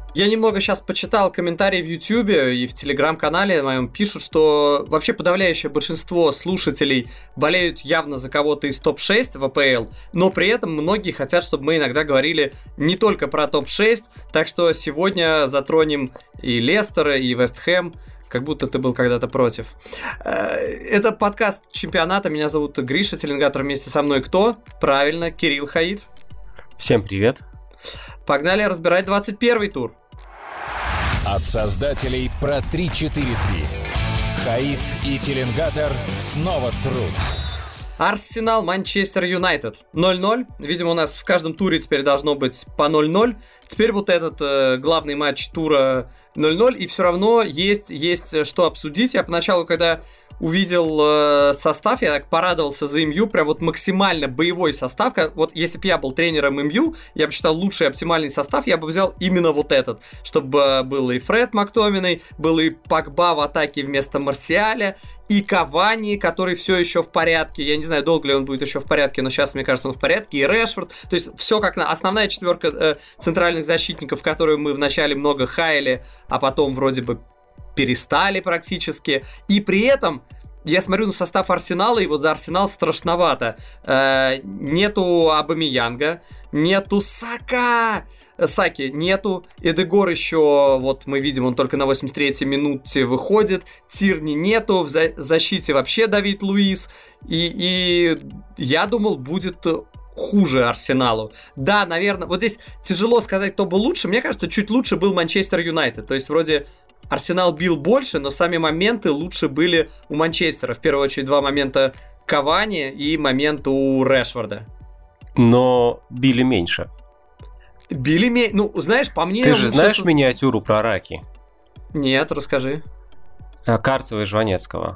Я немного сейчас почитал комментарии в Ютьюбе и в Телеграм-канале моем. Пишут, что вообще подавляющее большинство слушателей болеют явно за кого-то из топ-6 в АПЛ, но при этом многие хотят, чтобы мы иногда говорили не только про топ-6, так что сегодня затронем и Лестер, и Вест Хэм, как будто ты был когда-то против. Это подкаст чемпионата, меня зовут Гриша Теленгатор, вместе со мной кто? Правильно, Кирилл Хаид. Всем привет. Погнали разбирать 21-й тур. От создателей про 3-4-3. Хаид и Теленгатор снова труд. Арсенал, Манчестер Юнайтед 0-0. Видимо, у нас в каждом туре теперь должно быть по 0-0. Теперь вот этот главный матч тура 0-0. И все равно есть что обсудить. Я поначалу, когда увидел состав, я так порадовался за МЮ, прям вот максимально боевой состав. Вот если бы я был тренером МЮ, я бы считал лучший оптимальный состав, я бы взял именно вот этот, чтобы был и Фред Мактоминой, был и Погба в атаке вместо Марсиаля, и Кавани, который все еще в порядке. Я не знаю, долго ли он будет еще в порядке, но сейчас, мне кажется, он в порядке. И Решфорд. То есть все как основная четверка центральных защитников, которую мы вначале много хаяли, а потом вроде бы перестали практически. И при этом я смотрю на состав Арсенала, и вот за Арсенал страшновато. Нету Абамеянга, нету Саки нету. Эдегор еще, вот мы видим, он только на 83-й минуте выходит. Тирни нету, в защите вообще Давид Луис. И я думал, будет хуже Арсеналу. Да, наверное, вот здесь тяжело сказать, кто был лучше. Мне кажется, чуть лучше был Манчестер Юнайтед. То есть вроде Арсенал бил больше, но сами моменты лучше были у Манчестера. В первую очередь два момента Кавани и момент у Решфорда. Но били меньше. Ну, знаешь, по мне... Ты же знаешь миниатюру про раки? Нет, расскажи. Карцева и Жванецкого.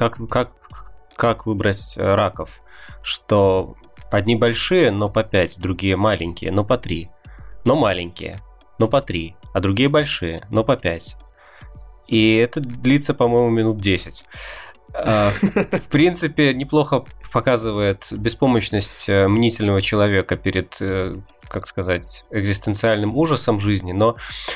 Как выбрать раков? Что одни большие, но по 5, другие маленькие, но по 3. Но маленькие, но по 3. А другие большие, но по 5. И это длится, по-моему, минут 10. В принципе, неплохо показывает беспомощность мнительного человека перед, как сказать, экзистенциальным ужасом жизни. Но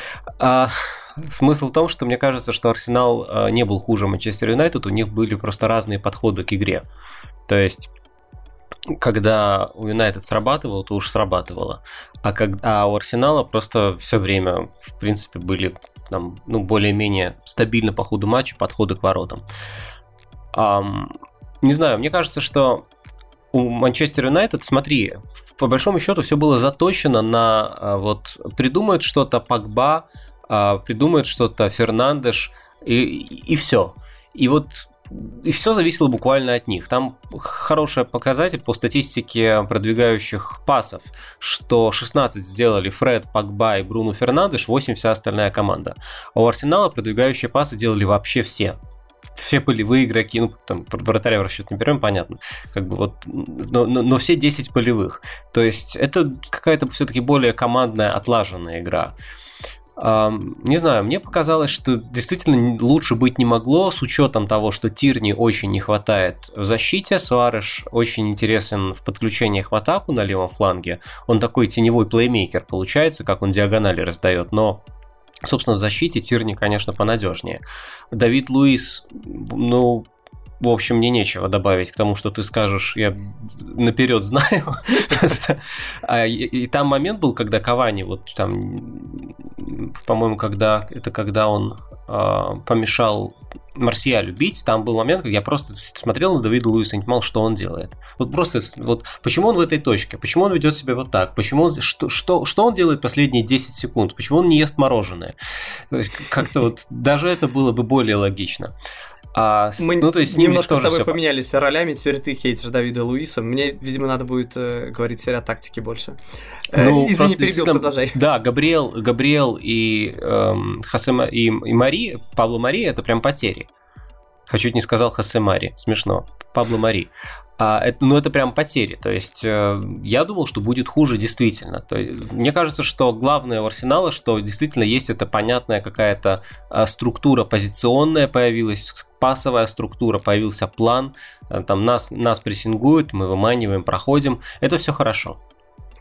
смысл в том, что мне кажется, что Арсенал не был хуже Манчестер Юнайтед, у них были просто разные подходы к игре. То есть когда у Юнайтед срабатывало, то уж срабатывало. А у Арсенала просто все время, в принципе, были там, более-менее стабильно по ходу матча подходы к воротам. Не знаю, мне кажется, что у Манчестер Юнайтед, смотри, по большому счету все было заточено на вот придумает что-то Погба, придумает что-то Фернандеш и все. И все зависело буквально от них. Там хороший показатель по статистике продвигающих пасов, что 16 сделали Фред, Погба и Бруно Фернандеш, 8 вся остальная команда. А у Арсенала продвигающие пасы делали вообще все. Все полевые игроки, там вратаря в расчет не берем, понятно. Но все 10 полевых. То есть это какая-то все-таки более командная, отлаженная игра. Не знаю, мне показалось, что действительно лучше быть не могло, с учетом того, что Тирни очень не хватает в защите, Суареш очень интересен в подключениях в атаку на левом фланге, он такой теневой плеймейкер получается, как он диагонали раздает, но, собственно, в защите Тирни, конечно, понадежнее. Давид Луис, в общем, мне нечего добавить к тому, что ты скажешь, я наперед знаю. И там момент был, когда Кавани, вот там, по-моему, когда он помешал Марсиалю бить, там был момент, когда я просто смотрел на Давида Луиса и не понимал, что он делает. Почему он в этой точке, почему он ведет себя вот так, что он делает последние 10 секунд, почему он не ест мороженое. То есть как-то даже это было бы более логично. Мы немножко с тобой поменялись ролями, теперь ты хейтишь Давида Луиса. Мне, видимо, надо будет говорить теперь о тактике больше. Извини, перебил, продолжай. Да, Габриэл и Мари, Пабло Мари — это прям потери. Чуть не сказал Хосе Мари, смешно. Пабло Мари. Это прям потери. То есть я думал, что будет хуже действительно. То есть, мне кажется, что главное у Арсенала, что действительно есть эта понятная какая-то структура позиционная появилась, пасовая структура, появился план. Там нас прессингуют, мы выманиваем, проходим. Это все хорошо.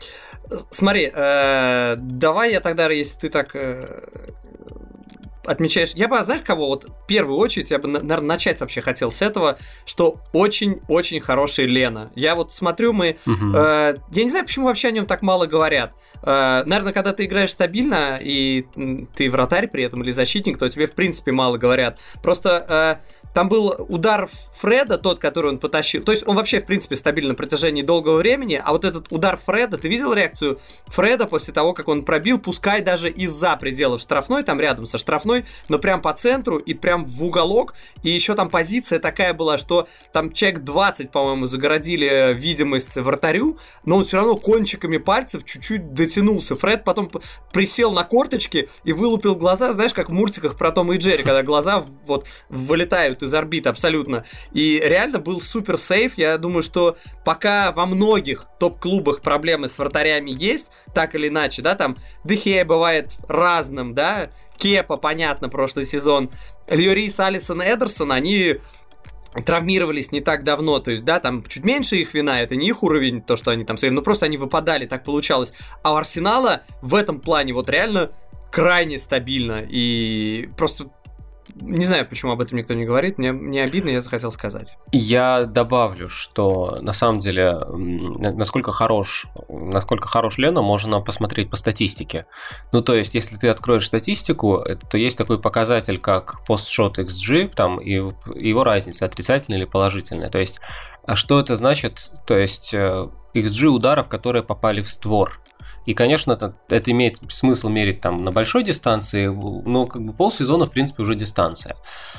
Смотри, давай я тогда, если ты так отмечаешь... Я бы, знаешь, кого? Вот в первую очередь я бы, наверное, начать вообще хотел с этого, что очень-очень хороший Лена. Я вот смотрю, я не знаю, почему вообще о нем так мало говорят. Наверное, когда ты играешь стабильно, и ты вратарь при этом или защитник, то тебе, в принципе, мало говорят. Просто... Там был удар Фреда, тот, который он потащил. То есть он вообще, в принципе, стабильно на протяжении долгого времени. А вот этот удар Фреда, ты видел реакцию Фреда после того, как он пробил, пускай даже из-за пределов штрафной, там рядом со штрафной, но прям по центру и прям в уголок. И еще там позиция такая была, что там человек 20, по-моему, загородили видимость вратарю, но он все равно кончиками пальцев чуть-чуть дотянулся. Фред потом присел на корточки и вылупил глаза, знаешь, как в мультиках про Тома и Джерри, когда глаза вот вылетают из орбит абсолютно. И реально был супер сейф. Я думаю, что пока во многих топ-клубах проблемы с вратарями есть, так или иначе, да, там Де Хея бывает разным, да, Кепа, понятно, прошлый сезон, Льорис, Алисон, Эдерсон, они травмировались не так давно, то есть, да, там чуть меньше их вина, это не их уровень, то, что они там, но просто они выпадали, так получалось. А у Арсенала в этом плане вот реально крайне стабильно, и просто не знаю, почему об этом никто не говорит, мне обидно, я захотел сказать. Я добавлю, что на самом деле, насколько хорош Лена, можно посмотреть по статистике. Ну, то есть, если ты откроешь статистику, то есть такой показатель, как пост-шот XG, там, и его разница, отрицательная или положительная. То есть, а что это значит? То есть, XG ударов, которые попали в створ. И, конечно, это имеет смысл мерить там на большой дистанции, но как бы полсезона, в принципе, уже дистанция.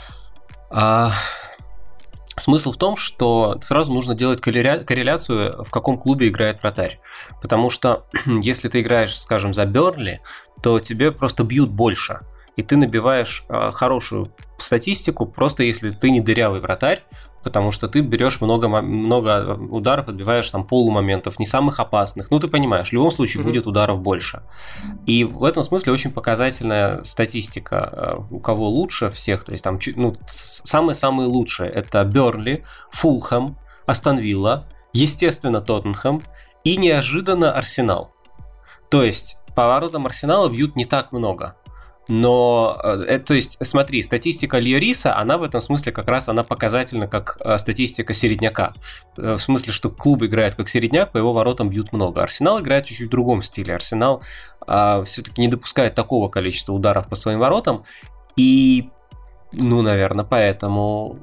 Смысл в том, что сразу нужно делать корреляцию, в каком клубе играет вратарь. Потому что если ты играешь, скажем, за Бернли, то тебе просто бьют больше. И ты набиваешь хорошую статистику, просто если ты не дырявый вратарь, потому что ты берешь много ударов, отбиваешь там полумоментов, не самых опасных. Ну, ты понимаешь, в любом случае будет ударов больше. И в этом смысле очень показательная статистика, у кого лучше всех. То есть там самые-самые лучшие — это Бернли, Фулхэм, Астон Вилла, естественно, Тоттенхэм и неожиданно Арсенал. То есть по воротам Арсенала бьют не так много. Но, то есть, смотри, статистика Льориса, она в этом смысле как раз она показательна, как статистика середняка. В смысле, что клуб играет как середняк, по его воротам бьют много. Арсенал играет чуть-чуть в другом стиле. Арсенал все-таки не допускает такого количества ударов по своим воротам. И, ну, наверное, поэтому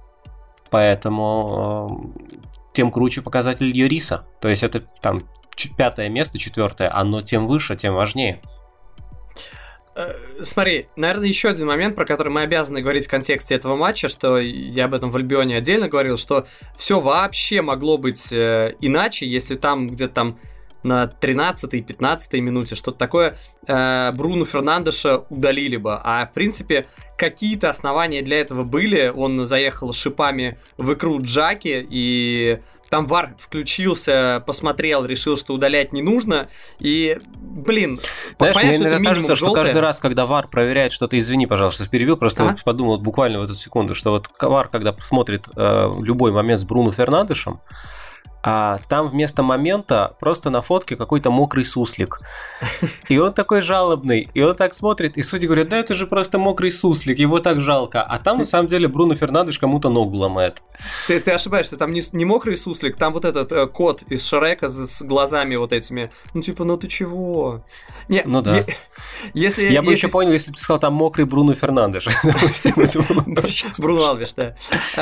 тем круче показатель Льориса. То есть, это там 5-е место, 4-е, оно тем выше, тем важнее. Смотри, наверное, еще один момент, про который мы обязаны говорить в контексте этого матча, что я об этом в Альбионе отдельно говорил, что все вообще могло быть иначе, если там где-то там на 13-й, 15-й минуте что-то такое Бруно Фернандеша удалили бы. А в принципе какие-то основания для этого были. Он заехал шипами в икру Джаки, и там ВАР включился, посмотрел, решил, что удалять не нужно. И, блин, знаешь, понятно, что это мне кажется, что желтое. Каждый раз, когда ВАР проверяет что-то, извини, пожалуйста, перебил, просто вот подумал вот буквально в эту секунду, что вот ВАР, когда смотрит любой момент с Бруно Фернандешем, а там вместо момента просто на фотке какой-то мокрый суслик. И он такой жалобный, и он так смотрит, и судьи говорят, да это же просто мокрый суслик, его так жалко. А там на самом деле Бруно Фернандеш кому-то ногу ломает. Ты ошибаешься, там не мокрый суслик, там вот этот кот из Шрека с глазами вот этими. Ну типа, ну ты чего? Не, ну да. Я бы еще понял, если бы ты сказал, там мокрый Бруно Фернандеш. Бруно Алвеш, да.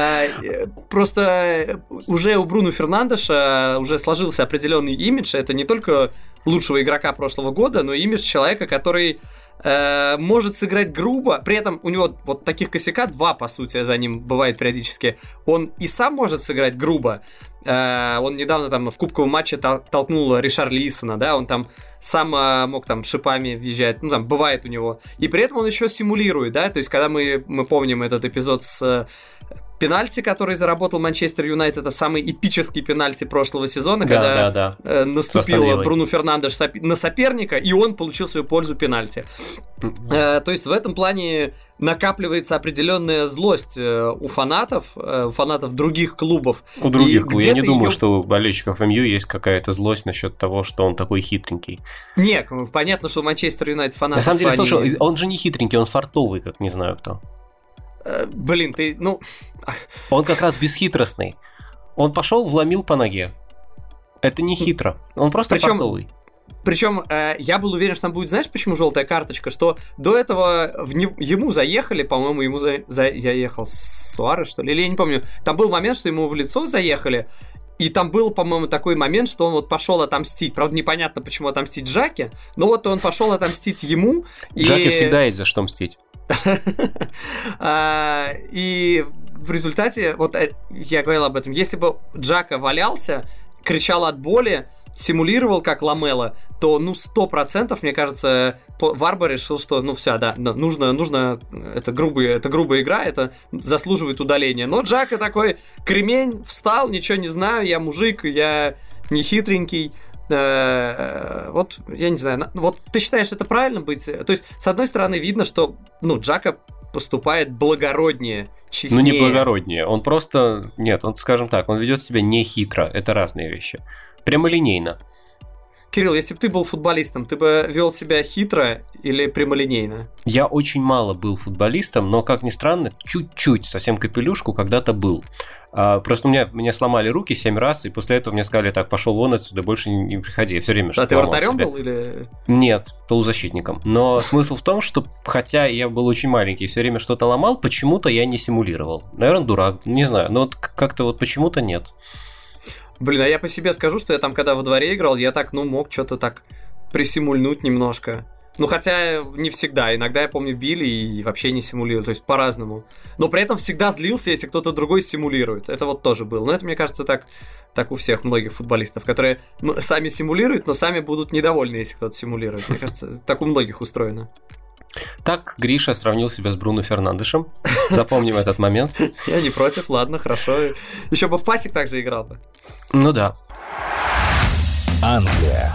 Просто уже у Бруно Фернандеша уже сложился определенный имидж. Это не только лучшего игрока прошлого года, но и имидж человека, который может сыграть грубо. При этом у него вот таких косяка два, по сути, за ним бывает периодически. Он и сам может сыграть грубо. Он недавно там в кубковом матче толкнул Ришарлисона, да, он там сам мог там шипами въезжать, ну там бывает у него. И при этом он еще симулирует, да, то есть когда мы помним этот эпизод с пенальти, который заработал Манчестер Юнайтед, это самый эпический пенальти прошлого сезона, когда наступил Бруно Фернандеш на соперника, и он получил свою пользу пенальти. То есть в этом плане накапливается определенная злость у фанатов других клубов. У других клубов. Я не думаю, что у болельщиков МЮ есть какая-то злость насчет того, что он такой хитренький. Нет, понятно, что у Манчестер Юнайтед фанатов... На самом деле, слушай, он же не хитренький, он фартовый, как не знаю кто. Блин, ты, Он как раз бесхитростный. Он пошел, вломил по ноге. Это не хитро. Он просто фартовый. Причем я был уверен, что там будет, знаешь, почему желтая карточка? Что до этого ему заехали, по-моему, ему заехал Суарес, что ли, или я не помню. Там был момент, что ему в лицо заехали, и там был, по-моему, такой момент, что он вот пошел отомстить. Правда, непонятно, почему отомстить Джаке, но вот он пошел отомстить ему. Джаке всегда есть за что мстить. И в результате, вот я говорил об этом, если бы Джака валялся, кричал от боли, симулировал как Ламела, то 100%, мне кажется, Варба решил, что все, да, нужно, это грубая игра, это заслуживает удаления. Но Джака такой, кремень, встал, ничего не знаю, я мужик, я не хитренький. Вот, я не знаю, вот ты считаешь, это правильно быть? То есть, с одной стороны, видно, что, Джака поступает благороднее, честнее. Не благороднее, он просто, нет, он, скажем так, он ведет себя не хитро, это разные вещи. Прямолинейно. Кирилл, если бы ты был футболистом, ты бы вел себя хитро или прямолинейно? Я очень мало был футболистом, но, как ни странно, чуть-чуть, совсем капелюшку когда-то был. Просто меня сломали руки 7 раз, и после этого мне сказали, так, пошел вон отсюда, больше не приходи. Я все время что-то ломал себя. А ты вратарем был или... Нет, полузащитником. Но смысл в том, что хотя я был очень маленький и все время что-то ломал, почему-то я не симулировал. Наверное, дурак, не знаю, но вот как-то вот почему-то нет. Блин, а я по себе скажу, что я там, когда во дворе играл, я так, мог что-то так присимульнуть немножко. Хотя не всегда. Иногда, я помню, били и вообще не симулировали. То есть по-разному. Но при этом всегда злился, если кто-то другой симулирует. Это вот тоже было. Но это, мне кажется, так у всех многих футболистов, которые сами симулируют, но сами будут недовольны, если кто-то симулирует. Мне кажется, так у многих устроено. Так Гриша сравнил себя с Бруно Фернандешем. Запомним этот момент. Я не против, ладно, хорошо. Еще бы в пасик также играл бы. Ну да. Англия.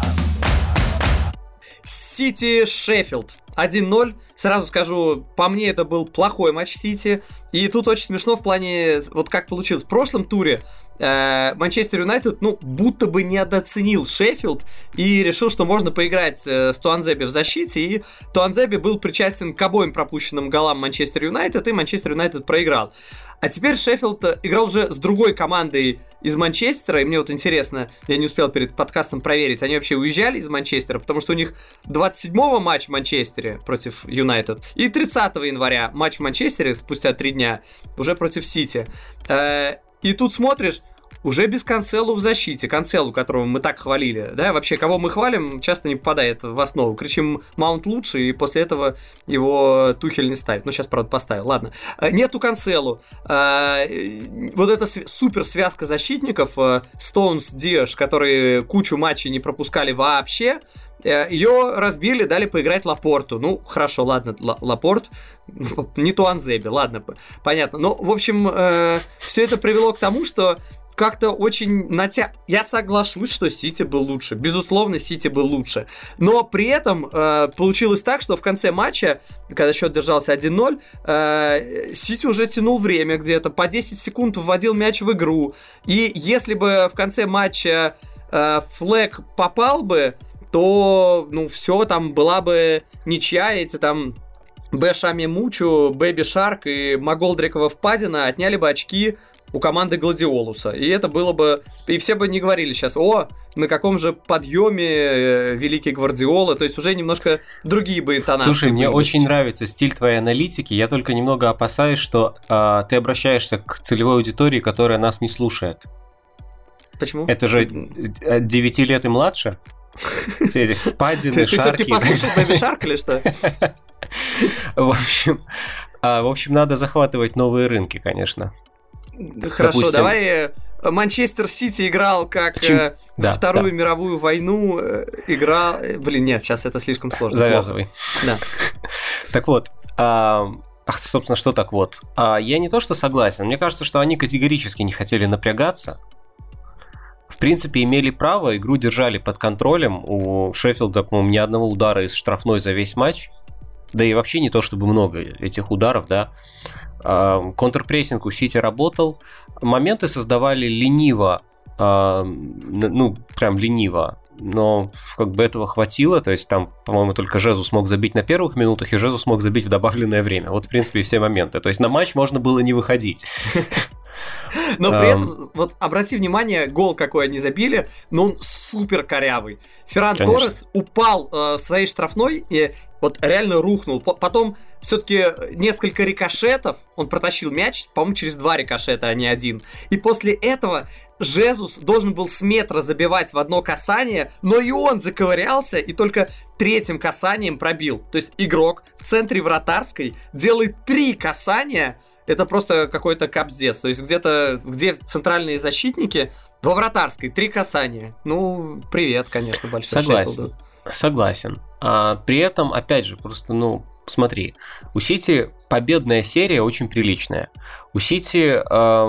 Сити Шеффилд 1-0. Сразу скажу, по мне это был плохой матч Сити. И тут очень смешно в плане, вот как получилось. В прошлом туре Манчестер Юнайтед, будто бы недооценил Шеффилд и решил, что можно поиграть с Туанзеби в защите. И Туанзеби был причастен к обоим пропущенным голам Манчестер Юнайтед, и Манчестер Юнайтед проиграл. А теперь Шеффилд играл уже с другой командой из Манчестера, и мне вот интересно, я не успел перед подкастом проверить, они вообще уезжали из Манчестера, потому что у них 27-го матч в Манчестере против Юнайтед и 30 января матч в Манчестере спустя 3 дня уже против Сити. И тут смотришь, уже без Канселу в защите. Канселу, которого мы так хвалили. Да, вообще, кого мы хвалим, часто не попадает в основу. Кричим Маунт лучше, и после этого его Тухель не ставит. Сейчас, правда, поставил. Ладно. Нету Канселу. Вот эта супер связка защитников, Стоунс, Диаш, которые кучу матчей не пропускали вообще, ее разбили, дали поиграть Лапорту. Хорошо, ладно, Лапорт, не Туанзеби, ладно, понятно. В общем, все это привело к тому, что как-то очень Я соглашусь, что Сити был лучше. Безусловно, Сити был лучше. Но при этом получилось так, что в конце матча, когда счет держался 1-0, Сити уже тянул время где-то, по 10 секунд вводил мяч в игру. И если бы в конце матча Флэк попал бы, то, все, там была бы ничья, эти там Бэшами Мучу, Бэби Шарк и Маголдрикова впадина отняли бы очки у команды Гладиолуса. И это было бы... И все бы не говорили сейчас, на каком же подъеме великий Гвардиола. То есть уже немножко другие бы интонации. Слушай, мне очень нравится стиль твоей аналитики. Я только немного опасаюсь, что ты обращаешься к целевой аудитории, которая нас не слушает. Почему? Это же от 9 лет и младше. Впадины, шарки. Ты все-таки послушал Бэби Шарк или что? В общем, надо захватывать новые рынки, конечно. Хорошо, допустим, давай. Манчестер Сити играл как Вторую мировую войну. Играл... Блин, нет, сейчас это слишком сложно. Завязывай. Да. Так вот, собственно, что так вот. Я не то что согласен, мне кажется, что они категорически не хотели напрягаться. В принципе, имели право, игру держали под контролем. У Шеффилда, по-моему, ни одного удара из штрафной за весь матч. Да и вообще не то чтобы много этих ударов, да. Контрпрессинг у Сити работал. Моменты создавали лениво, прям лениво. Но как бы этого хватило, то есть там, по-моему, только Жезус смог забить на первых минутах, и Жезус смог забить в добавленное время. Вот, в принципе, и все моменты. То есть на матч можно было не выходить. Но при этом, вот обрати внимание, гол какой они забили, но он супер корявый. Ферран Торрес упал в своей штрафной и вот реально рухнул. Потом все-таки несколько рикошетов, он протащил мяч, по-моему, через 2 рикошета, а не 1. И после этого Жезус должен был с метра забивать в одно касание, но и он заковырялся и только 3-м касанием пробил. То есть игрок в центре вратарской делает 3 касания. Это просто какой-то капздец. То есть где-то, где центральные защитники, во вратарской 3 касания. Ну, привет, конечно, большой Шеффилду. Согласен. При этом, опять же, просто, смотри, у Сити победная серия очень приличная. У Сити,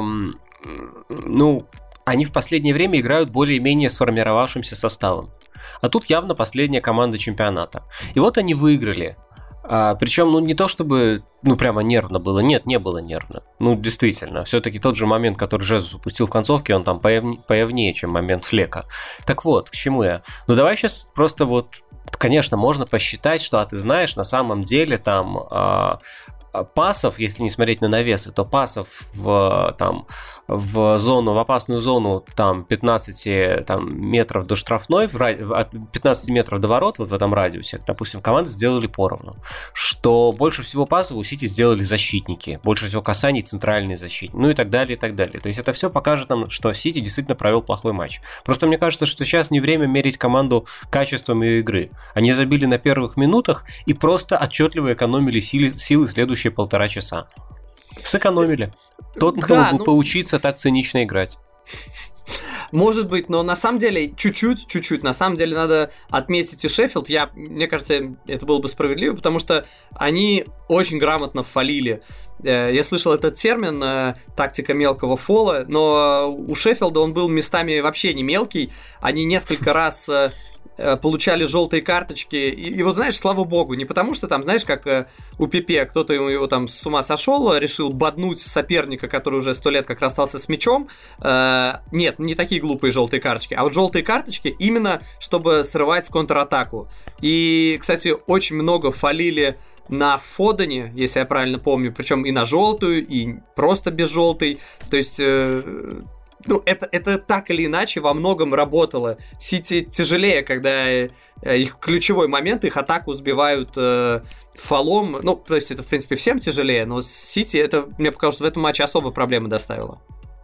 они в последнее время играют более-менее сформировавшимся составом. А тут явно последняя команда чемпионата. И вот они выиграли. Причем, не то чтобы, прямо нервно было. Нет, не было нервно. Действительно. Все-таки тот же момент, который Жезус упустил в концовке, он там появнее, чем момент Флека. Так вот, к чему я? Давай сейчас просто конечно, можно посчитать, что, ты знаешь, на самом деле там пасов, если не смотреть на навесы, то пасов в опасную зону там 15 метров до штрафной, от 15 метров до ворот вот в этом радиусе, допустим, команды сделали поровну. Что больше всего пасов у Сити сделали защитники, больше всего касаний центральные защитники, и так далее, и так далее. То есть это все покажет нам, что Сити действительно провел плохой матч. Просто мне кажется, что сейчас не время мерить команду качеством ее игры. Они забили на первых минутах и просто отчетливо экономили силы следующие 1,5 часа. Сэкономили. Тоттенхэму бы поучиться так цинично играть. Может быть, но на самом деле чуть-чуть, на самом деле надо отметить и Шеффилд. Мне кажется, это было бы справедливо, потому что они очень грамотно фолили. Я слышал этот термин «тактика мелкого фола», но у Шеффилда он был местами вообще не мелкий. Они несколько раз получали желтые карточки. И вот, знаешь, слава богу, не потому что там, знаешь, как у Пепе кто-то его там с ума сошел, решил боднуть соперника, который уже 100 лет как расстался с мячом. Нет, не такие глупые желтые карточки, а вот желтые карточки именно, чтобы срывать контратаку. И, кстати, очень много фолили на Фодене, если я правильно помню, причем и на желтую, и просто без желтой. То есть это так или иначе во многом работало. Сити тяжелее, когда их ключевой момент, их атаку сбивают фолом. То есть это, в принципе, всем тяжелее, но Сити, это, мне показалось, что в этом матче особо проблемы доставило.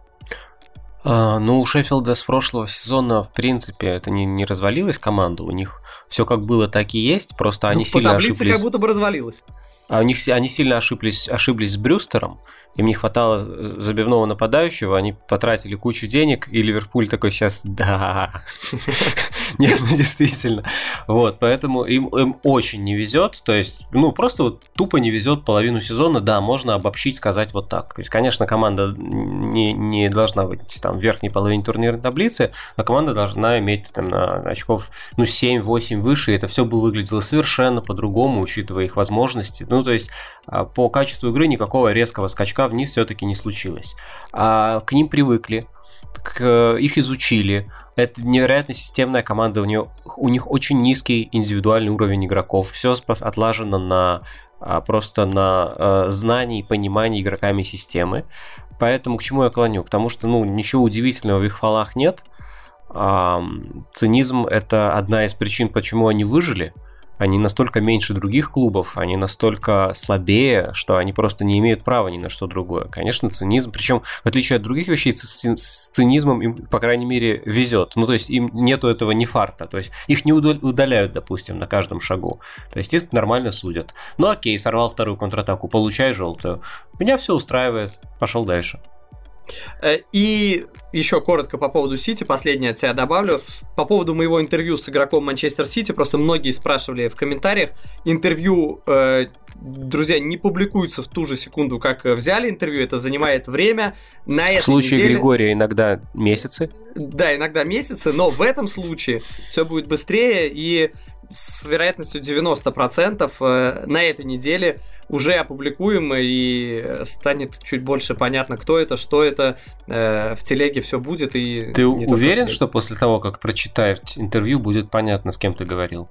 У Шеффилда с прошлого сезона, в принципе, это не развалилась команда. У них все как было, так и есть. Просто они сильно ошиблись. По таблице как будто бы развалилась. Они сильно ошиблись с Брюстером. Им не хватало забивного нападающего, они потратили кучу денег, и Ливерпуль такой сейчас, да. Нет, действительно. Вот, поэтому им очень не везет, то есть, просто тупо не везет половину сезона, да, можно обобщить, сказать вот так. То есть, конечно, команда не должна быть там в верхней половине турнирной таблицы, а команда должна иметь там на очков 7-8 выше, и это все бы выглядело совершенно по-другому, учитывая их возможности. То есть, по качеству игры никакого резкого скачка вниз все-таки не случилось. К ним привыкли, их изучили. Это невероятно системная команда, у них очень низкий индивидуальный уровень игроков. Все отлажено просто на знании и понимании игроками системы. Поэтому к чему я клоню? К тому, что ничего удивительного в их фолах нет. Цинизм – это одна из причин, почему они выжили. Они настолько меньше других клубов, они настолько слабее, что они просто не имеют права ни на что другое. Конечно, цинизм, причем в отличие от других вещей, с цинизмом им, по крайней мере, везет. То есть им нету этого ни фарта, то есть их не удаляют, допустим, на каждом шагу. То есть их нормально судят. Окей, сорвал вторую контратаку, получай желтую. Меня все устраивает, пошел дальше. И еще коротко по поводу Сити, последнее от себя добавлю. По поводу моего интервью с игроком Манчестер Сити, просто многие спрашивали в комментариях. Интервью, друзья, не публикуется в ту же секунду, как взяли интервью, это занимает время. В случае Григория иногда месяцы. Да, иногда месяцы, но в этом случае все будет быстрее, и с вероятностью 90% на этой неделе уже опубликуем, и станет чуть больше понятно, кто это, что это, в телеге все будет. И ты уверен, что после того, как прочитать интервью, будет понятно, с кем ты говорил?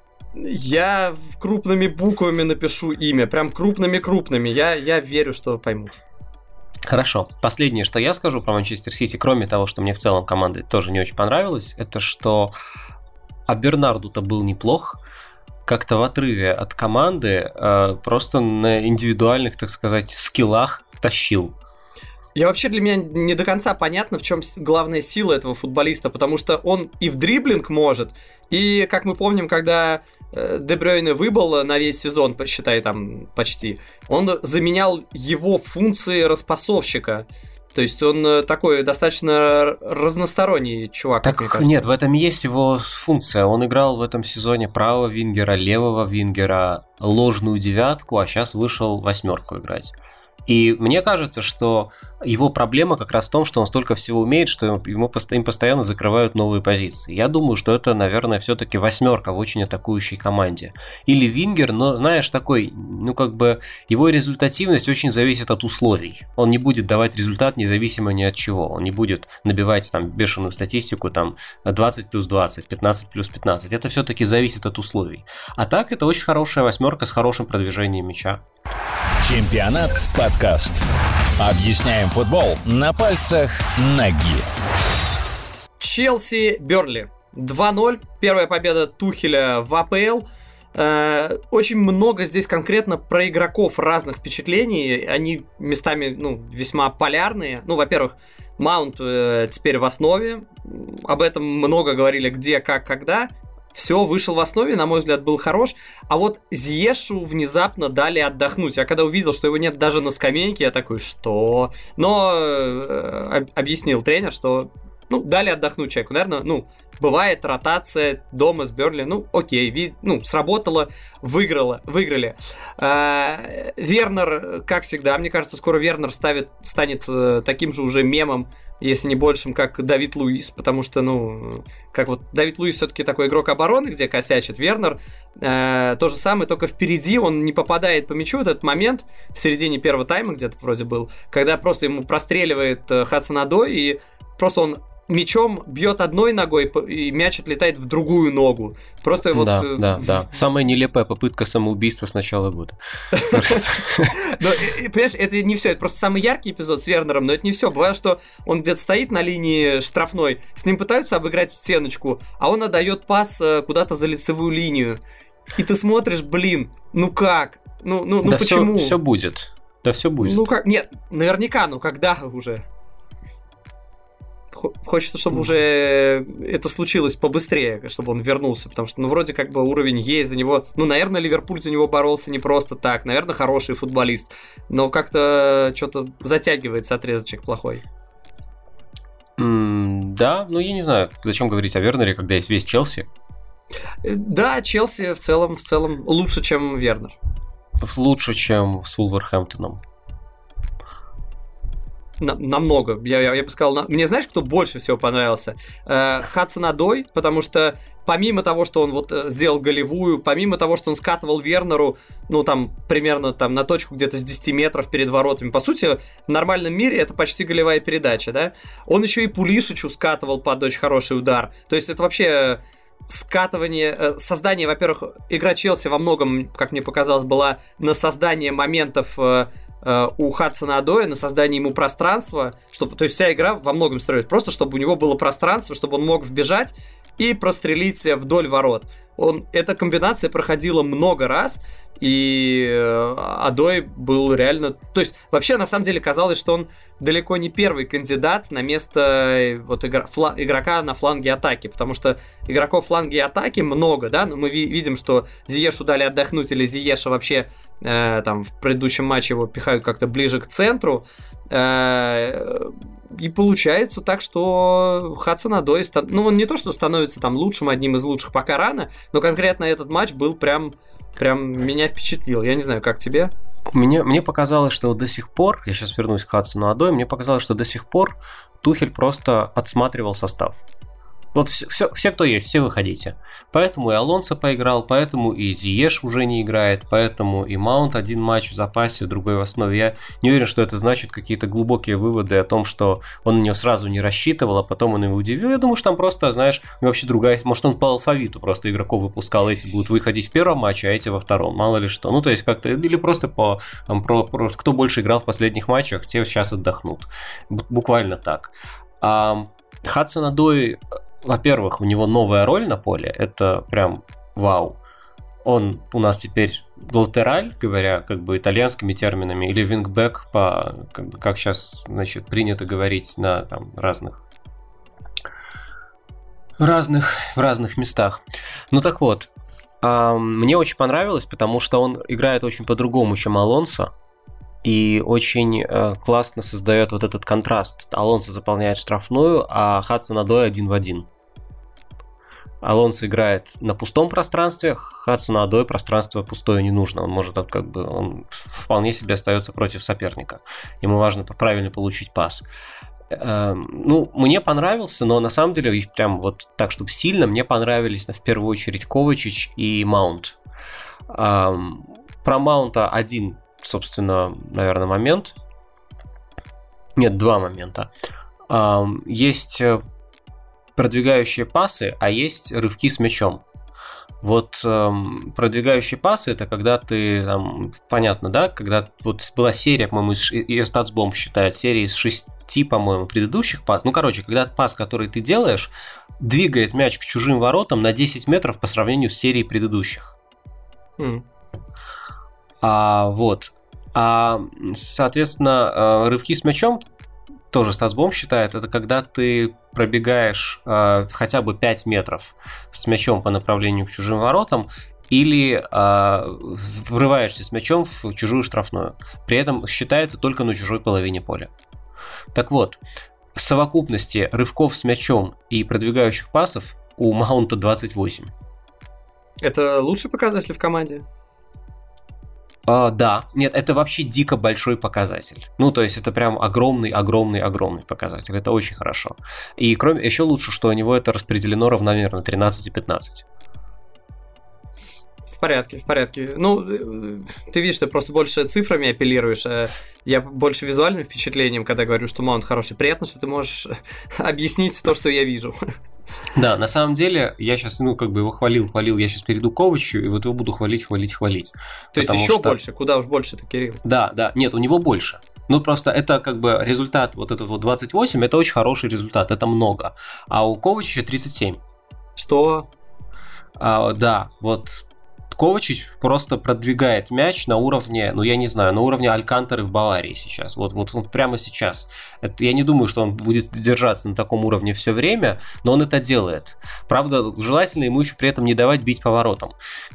Я крупными буквами напишу имя, прям крупными-крупными, я верю, что поймут. Хорошо. Последнее, что я скажу про Манчестер Сити, кроме того, что мне в целом команда тоже не очень понравилась, это что Бернарду-то был неплох, как-то в отрыве от команды, просто на индивидуальных, так сказать, скиллах тащил. Для меня не до конца понятно, в чем главная сила этого футболиста, потому что он и в дриблинг может, и, как мы помним, когда Де Брюйне выбыл на весь сезон, посчитай, там почти, он заменял его функции распасовщика. То есть он такой достаточно разносторонний чувак, так, как мне кажется. Нет, в этом есть его функция. Он играл в этом сезоне правого вингера, левого вингера, ложную девятку, а сейчас вышел восьмерку играть. И мне кажется, что его проблема как раз в том, что он столько всего умеет, что им постоянно закрывают новые позиции. Я думаю, что это, наверное, все-таки восьмерка в очень атакующей команде. Или вингер, но, знаешь, такой, его результативность очень зависит от условий. Он не будет давать результат независимо ни от чего. Он не будет набивать там бешеную статистику, там 20 плюс 20, 15 плюс 15. Это все-таки зависит от условий. А так, это очень хорошая восьмерка с хорошим продвижением мяча. Чемпионат подкаст. Объясняем футбол на пальцах ноги. Челси Бернли 2-0. Первая победа Тухеля в АПЛ. Очень много здесь конкретно про игроков разных впечатлений. Они местами весьма полярные. Во-первых, Маунт теперь в основе. Об этом много говорили где, как, когда. Все, вышел в основе, на мой взгляд, был хорош. А вот Зиешу внезапно дали отдохнуть. Я когда увидел, что его нет даже на скамейке, я такой, что? Но объяснил тренер, что дали отдохнуть человеку. Наверное, бывает ротация дома с Бернли. Окей, сработало, выиграли. Вернер, как всегда, мне кажется, скоро Вернер станет таким же уже мемом, если не большим, как Давид Луис, потому что, Давид Луис все-таки такой игрок обороны, где косячит. Вернер то же самое, только впереди он не попадает по мячу. Этот момент в середине первого тайма где-то вроде был, когда просто ему простреливает Хадсон-Одой, и просто он мячом бьет одной ногой, и мяч отлетает в другую ногу. Просто Да. Самая нелепая попытка самоубийства с начала года. Понимаешь, это не все. Это просто самый яркий эпизод с Вернером, но это не все. Бывает, что он где-то стоит на линии штрафной, с ним пытаются обыграть в стеночку, а он отдает пас куда-то за лицевую линию. И ты смотришь, как? Почему? Все будет. Да все будет. Как? Нет, наверняка, когда уже? Хочется, чтобы уже это случилось побыстрее, чтобы он вернулся, потому что, вроде как бы уровень есть за него. Наверное, Ливерпуль за него боролся не просто так, наверное, хороший футболист, но как-то что-то затягивается отрезочек плохой. Да, я не знаю, зачем говорить о Вернере, когда есть весь Челси. Да, Челси в целом лучше, чем Вернер. Лучше, чем с Вулверхэмптоном. Намного. Я бы сказал, мне знаешь, кто больше всего понравился? Хадсон-Одой, потому что помимо того, что он сделал голевую, помимо того, что он скатывал Вернеру, примерно на точку где-то с 10 метров перед воротами. По сути, в нормальном мире это почти голевая передача, да? Он еще и Пулишичу скатывал под очень хороший удар. То есть это вообще скатывание, создание, во-первых, игра Челси во многом, как мне показалось, была на создание моментов у Хадсона-Одоя, на создание ему пространства, то есть вся игра во многом строится просто, чтобы у него было пространство, чтобы он мог вбежать и прострелить вдоль ворот. Эта комбинация проходила много раз, и Одой был реально... То есть вообще на самом деле казалось, что он далеко не первый кандидат на место игрока на фланге атаки, потому что игроков фланге атаки много, да, но мы видим, что Зиешу дали отдохнуть, или Зиеша вообще в предыдущем матче его пихают как-то ближе к центру, И получается так, что Хадсон-Одой, он не то, что становится там одним из лучших, пока рано, но конкретно этот матч был прям меня впечатлил. Я не знаю, как тебе? Мне показалось, что до сих пор, я сейчас вернусь к Хадсону-Одой, мне показалось, что до сих пор Тухель просто отсматривал состав. Вот все, кто есть, все выходите. Поэтому и Алонсо поиграл, поэтому и Зиеш уже не играет, поэтому и Маунт один матч в запасе, другой в основе. Я не уверен, что это значит какие-то глубокие выводы о том, что он на него сразу не рассчитывал, а потом он его удивил. Я думаю, что там просто, знаешь, вообще другая... Может, он по алфавиту просто игроков выпускал, эти будут выходить в первом матче, а эти во втором, мало ли что. Ну, то есть как-то... Или просто кто больше играл в последних матчах, те сейчас отдохнут. Буквально так. Хадсон-Одой... Во-первых, у него новая роль на поле, это прям вау. Он у нас теперь латераль, говоря как бы итальянскими терминами, или вингбэк, как сейчас, значит, принято говорить на там, в разных местах. Ну так вот, мне очень понравилось, потому что он играет очень по-другому, чем Алонсо. И очень классно создает вот этот контраст. Алонсо заполняет штрафную, а Хадсон-Одой 1 в 1. Алонсо играет на пустом пространстве, Хадсону-Одой пространство пустое не нужно. Он может, он вполне себе остается против соперника. Ему важно правильно получить пас. Мне понравился, но на самом деле, прям вот так, чтобы сильно, мне понравились в первую очередь Ковачич и Маунт. Про Маунта один, собственно, наверное, момент. Нет, два момента. Есть продвигающие пасы, а есть рывки с мячом. Вот продвигающие пасы — это когда ты, понятно, да, когда вот была серия, по-моему, ее статсбомб считает, серия из 6, по-моему, предыдущих пас. Когда пас, который ты делаешь, двигает мяч к чужим воротам на 10 метров по сравнению с серией предыдущих. Соответственно, рывки с мячом тоже статсбомб считает, это когда ты пробегаешь хотя бы 5 метров с мячом по направлению к чужим воротам или врываешься с мячом в чужую штрафную. При этом считается только на чужой половине поля. Так вот, в совокупности рывков с мячом и продвигающих пасов у Маунта 28. Это лучший показатель в команде? Да, нет, это вообще дико большой показатель. То есть это прям огромный показатель. Это очень хорошо. И еще лучше, что у него это распределено равномерно 13 и 15. В порядке. Ты видишь, ты просто больше цифрами апеллируешь, а я больше визуальным впечатлением, когда говорю, что Маунт хороший. Приятно, что ты можешь объяснить то, что я вижу. Да, на самом деле, я сейчас, его хвалил, я сейчас перейду к Ковачу, и вот его буду хвалить. То есть еще больше? Куда уж больше-то, Кирилл? Да, нет, у него больше. Просто это результат, вот этот вот 28, это очень хороший результат, это много. А у Ковачича 37. Что? Да, вот Ковачич просто продвигает мяч на уровне, на уровне Алькантары в Баварии сейчас. Вот прямо сейчас. Я не думаю, что он будет держаться на таком уровне все время, но он это делает. Правда, желательно ему еще при этом не давать бить по воротам.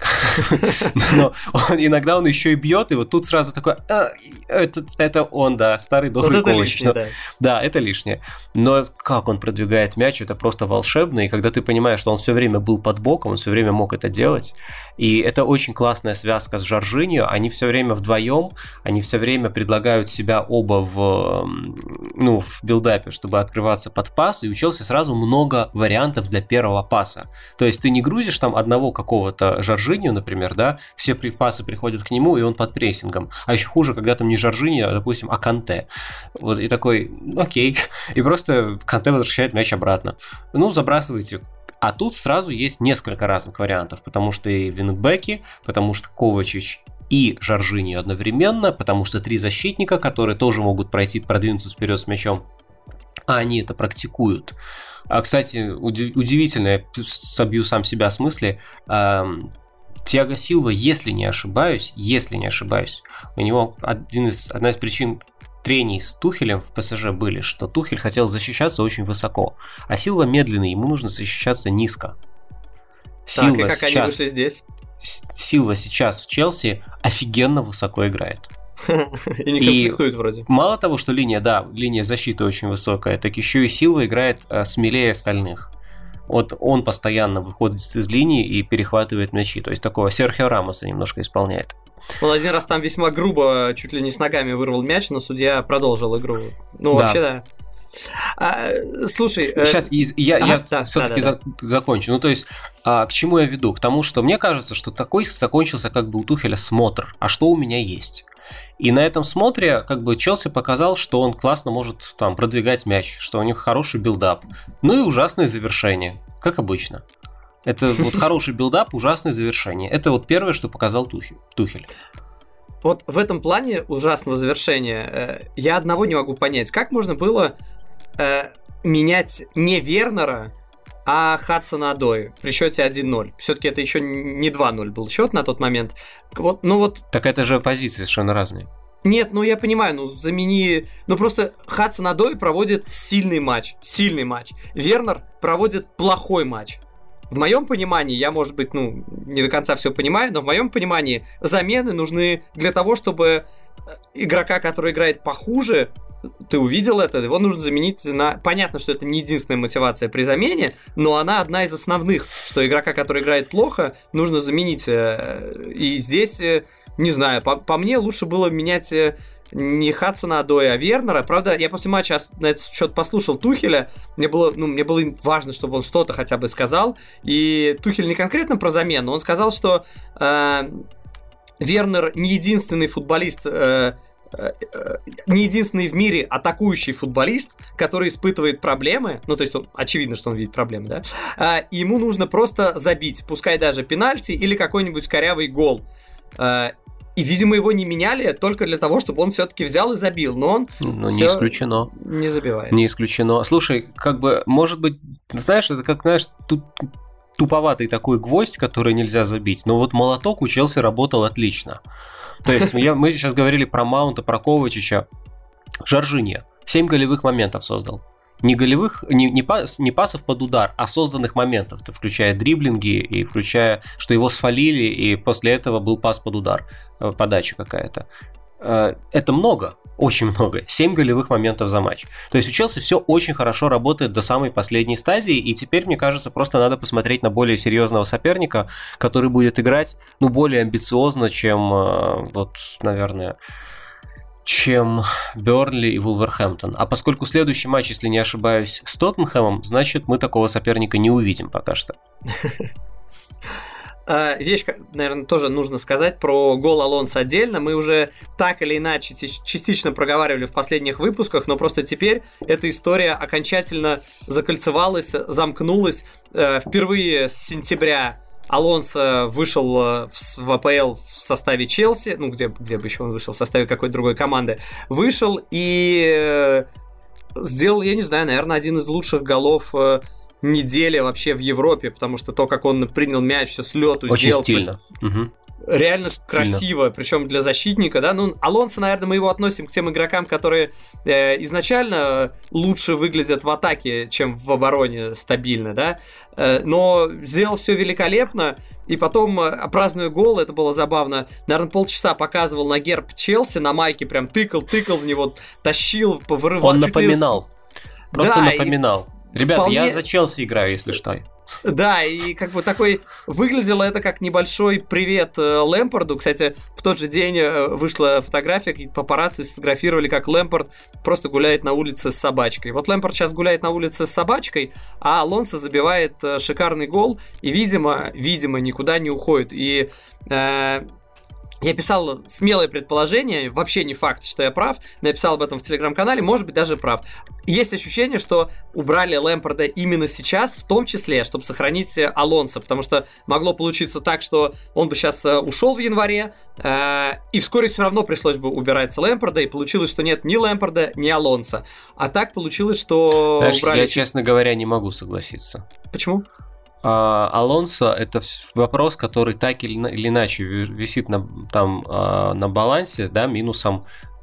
Но иногда он еще и бьет, и вот тут сразу такой, это он, да, старый добрый Ковачич. Да, это лишнее. Но как он продвигает мяч, это просто волшебно, и когда ты понимаешь, что он все время был под боком, он все время мог это делать, и это очень классная связка с Жоржиньо, они все время вдвоем, они все время предлагают себя оба в билдапе, чтобы открываться под пас, и у Челси сразу много вариантов для первого паса. То есть ты не грузишь там одного какого-то Жоржиньо, например, да, все пасы приходят к нему, и он под прессингом. А еще хуже, когда там не Жоржиньо, а, допустим, а Канте. Вот, и такой, окей, и просто Канте возвращает мяч обратно. Забрасывайте. А тут сразу есть несколько разных вариантов, потому что и вингбеки, потому что Ковачич и Жоржиньо одновременно, потому что 3 защитника, которые тоже могут продвинуться вперед с мячом, а они это практикуют. Кстати, удивительно, я собью сам себя с мысли, Тиаго Силва, если не ошибаюсь, у него одна из причин трений с Тухелем в ПСЖ были, что Тухель хотел защищаться очень высоко, а Силва медленный, ему нужно защищаться низко. Так, и как они вышли здесь? Силва сейчас в Челси офигенно высоко играет. И не конфликтует вроде. Мало того, что линия защиты очень высокая, так еще и Силва играет смелее остальных. Вот он постоянно выходит из линии и перехватывает мячи. То есть такого Серхио Рамоса немножко исполняет. Он один раз там весьма грубо, чуть ли не с ногами вырвал мяч, но судья продолжил игру. Ну, вообще, да. Слушай... Сейчас я все-таки закончу. Ну, то есть, к чему я веду? К тому, что мне кажется, что такой закончился как бы у Тухеля смотр. А что у меня есть? И на этом смотре как бы Челси показал, что он классно может там продвигать мяч, что у них хороший билдап. Ну и ужасное завершение, как обычно. Это вот хороший билдап, ужасное завершение. Это вот первое, что показал Тухель. Вот в этом плане ужасного завершения я одного не могу понять. Как можно было менять не Вернера, а Хадсона-Одои при счете 1-0? Все-таки это еще не 2-0 был счет на тот момент. Так это же позиции совершенно разные. Нет, я понимаю, замени... просто Хадсон-Одои проводит сильный матч. Вернер проводит плохой матч. В моем понимании, я, может быть, не до конца все понимаю, но в моем понимании замены нужны для того, чтобы игрока, который играет похуже, ты увидел это, его нужно заменить на... Понятно, что это не единственная мотивация при замене, но она одна из основных, что игрока, который играет плохо, нужно заменить. И здесь, не знаю, по мне лучше было менять... не Хадсона-Одои, а Вернера. Правда, я после матча на этот счет послушал Тухеля. Мне было важно, чтобы он что-то хотя бы сказал. И Тухель не конкретно про замену. Он сказал, что Вернер не единственный футболист, не единственный в мире атакующий футболист, который испытывает проблемы. То есть очевидно, что он видит проблемы, да? И ему нужно просто забить, пускай даже пенальти или какой-нибудь корявый гол. И, видимо, его не меняли только для того, чтобы он все-таки взял и забил. Но он не исключено. Не забивает. Не исключено. Слушай, может быть, знаешь, это как, туповатый такой гвоздь, который нельзя забить. Но вот молоток у Челси работал отлично. То есть мы сейчас говорили про Маунта, про Ковачича. Жоржиньо 7 голевых моментов создал. Не голевых, не пасов под удар, а созданных моментов, включая дриблинги и включая, что его сфалили, и после этого был пас под удар, подача какая-то. Это много, очень много. 7 голевых моментов за матч. То есть у Челси все очень хорошо работает до самой последней стадии, и теперь, мне кажется, просто надо посмотреть на более серьезного соперника, который будет играть, более амбициозно, чем, наверное... чем Бернли и Вулверхэмптон. А поскольку следующий матч, если не ошибаюсь, с Тоттенхэмом, значит, мы такого соперника не увидим пока что. Вещь, наверное, тоже нужно сказать про гол Алонсо отдельно. Мы уже так или иначе частично проговаривали в последних выпусках, но просто теперь эта история окончательно закольцевалась, замкнулась. Впервые с сентября Алонсо вышел в АПЛ в составе Челси, где бы еще он вышел, в составе какой-то другой команды, вышел и сделал, я не знаю, наверное, один из лучших голов недели вообще в Европе, потому что то, как он принял мяч, все с лету очень сделал. Очень стильно. Реально красиво, причем для защитника, да. Алонсо, наверное, мы его относим к тем игрокам, которые изначально лучше выглядят в атаке, чем в обороне стабильно, да. Но сделал все великолепно, и потом, празднуя гол, это было забавно, наверное, полчаса показывал на герб Челси, на майке прям тыкал в него, тащил, вырывал. Он напоминал, просто напоминал. Ребята, я за Челси играю, если что. Да, и такой выглядело это как небольшой привет Лэмпарду. Кстати, в тот же день вышла фотография, какие-то папарацци сфотографировали, как Лэмпард просто гуляет на улице с собачкой. Вот Лэмпард сейчас гуляет на улице с собачкой, а Алонсо забивает шикарный гол и, видимо, никуда не уходит. И я писал смелое предположение, вообще не факт, что я прав, написал об этом в телеграм-канале, может быть, даже прав. Есть ощущение, что убрали Лэмпарда именно сейчас, в том числе, чтобы сохранить Алонсо, потому что могло получиться так, что он бы сейчас ушел в январе, и вскоре все равно пришлось бы убирать Лэмпарда, и получилось, что нет ни Лэмпарда, ни Алонсо. А так получилось, что знаешь, убрали... Я, честно говоря, не могу согласиться. Почему? Алонсо – это вопрос, который так или иначе висит на балансе, да, минусом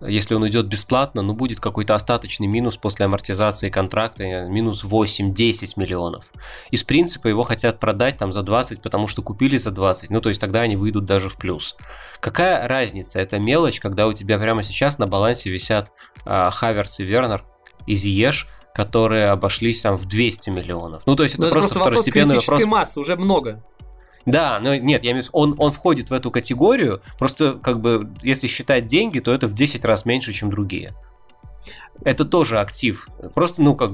если он уйдет бесплатно, будет какой-то остаточный минус после амортизации контракта, минус 8-10 миллионов. Из принципа его хотят продать там за 20, потому что купили за 20, то есть тогда они выйдут даже в плюс. Какая разница? Это мелочь, когда у тебя прямо сейчас на балансе висят Хаверс и Вернер и Зиеш, которые обошлись там в 200 миллионов. То есть это просто второстепенный вопрос. Критической массы уже много. Да, но нет, я имею в виду, он входит в эту категорию, просто если считать деньги, то это в 10 раз меньше, чем другие. Это тоже актив. Просто, но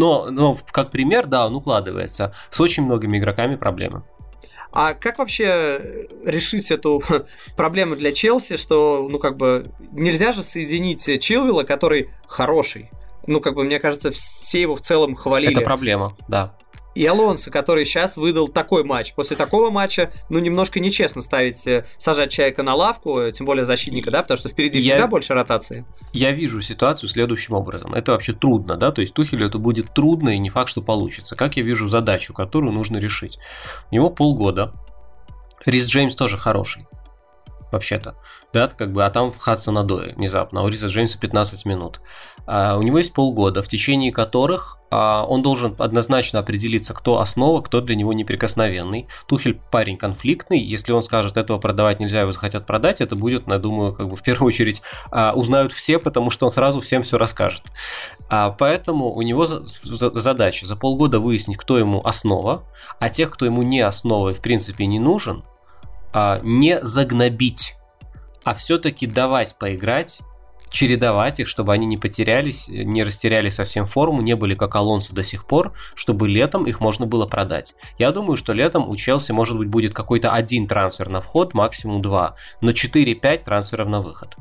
как пример, да, он укладывается. С очень многими игроками проблемы. А как вообще решить эту проблему для Челси, что, нельзя же соединить Чилвелла, который хороший. Мне кажется, все его в целом хвалили. Это проблема, да. И Алонсо, который сейчас выдал такой матч. После такого матча, немножко нечестно сажать человека на лавку, тем более защитника, да, потому что впереди всегда больше ротации. Я вижу ситуацию следующим образом. Это вообще трудно, да, то есть Тухелю это будет трудно и не факт, что получится. Как я вижу задачу, которую нужно решить? У него полгода. Рис Джеймс тоже хороший. Вообще-то, да, а там Хадсон-Одой внезапно, а у Риса Джеймса 15 минут. У него есть полгода, в течение которых он должен однозначно определиться, кто основа, кто для него неприкосновенный. Тухель парень конфликтный, если он скажет, этого продавать нельзя, его захотят продать, это будет, я думаю, в первую очередь узнают все, потому что он сразу всем все расскажет. Поэтому у него задача за полгода выяснить, кто ему основа, а тех, кто ему не основа и в принципе не нужен, не загнобить, а все-таки давать поиграть, чередовать их, чтобы они не потерялись, не растеряли совсем форму, не были как Алонсо до сих пор, чтобы летом их можно было продать. Я думаю, что летом у Челси, может быть, будет какой-то один трансфер на вход, максимум 2, но 4-5 трансферов на выход.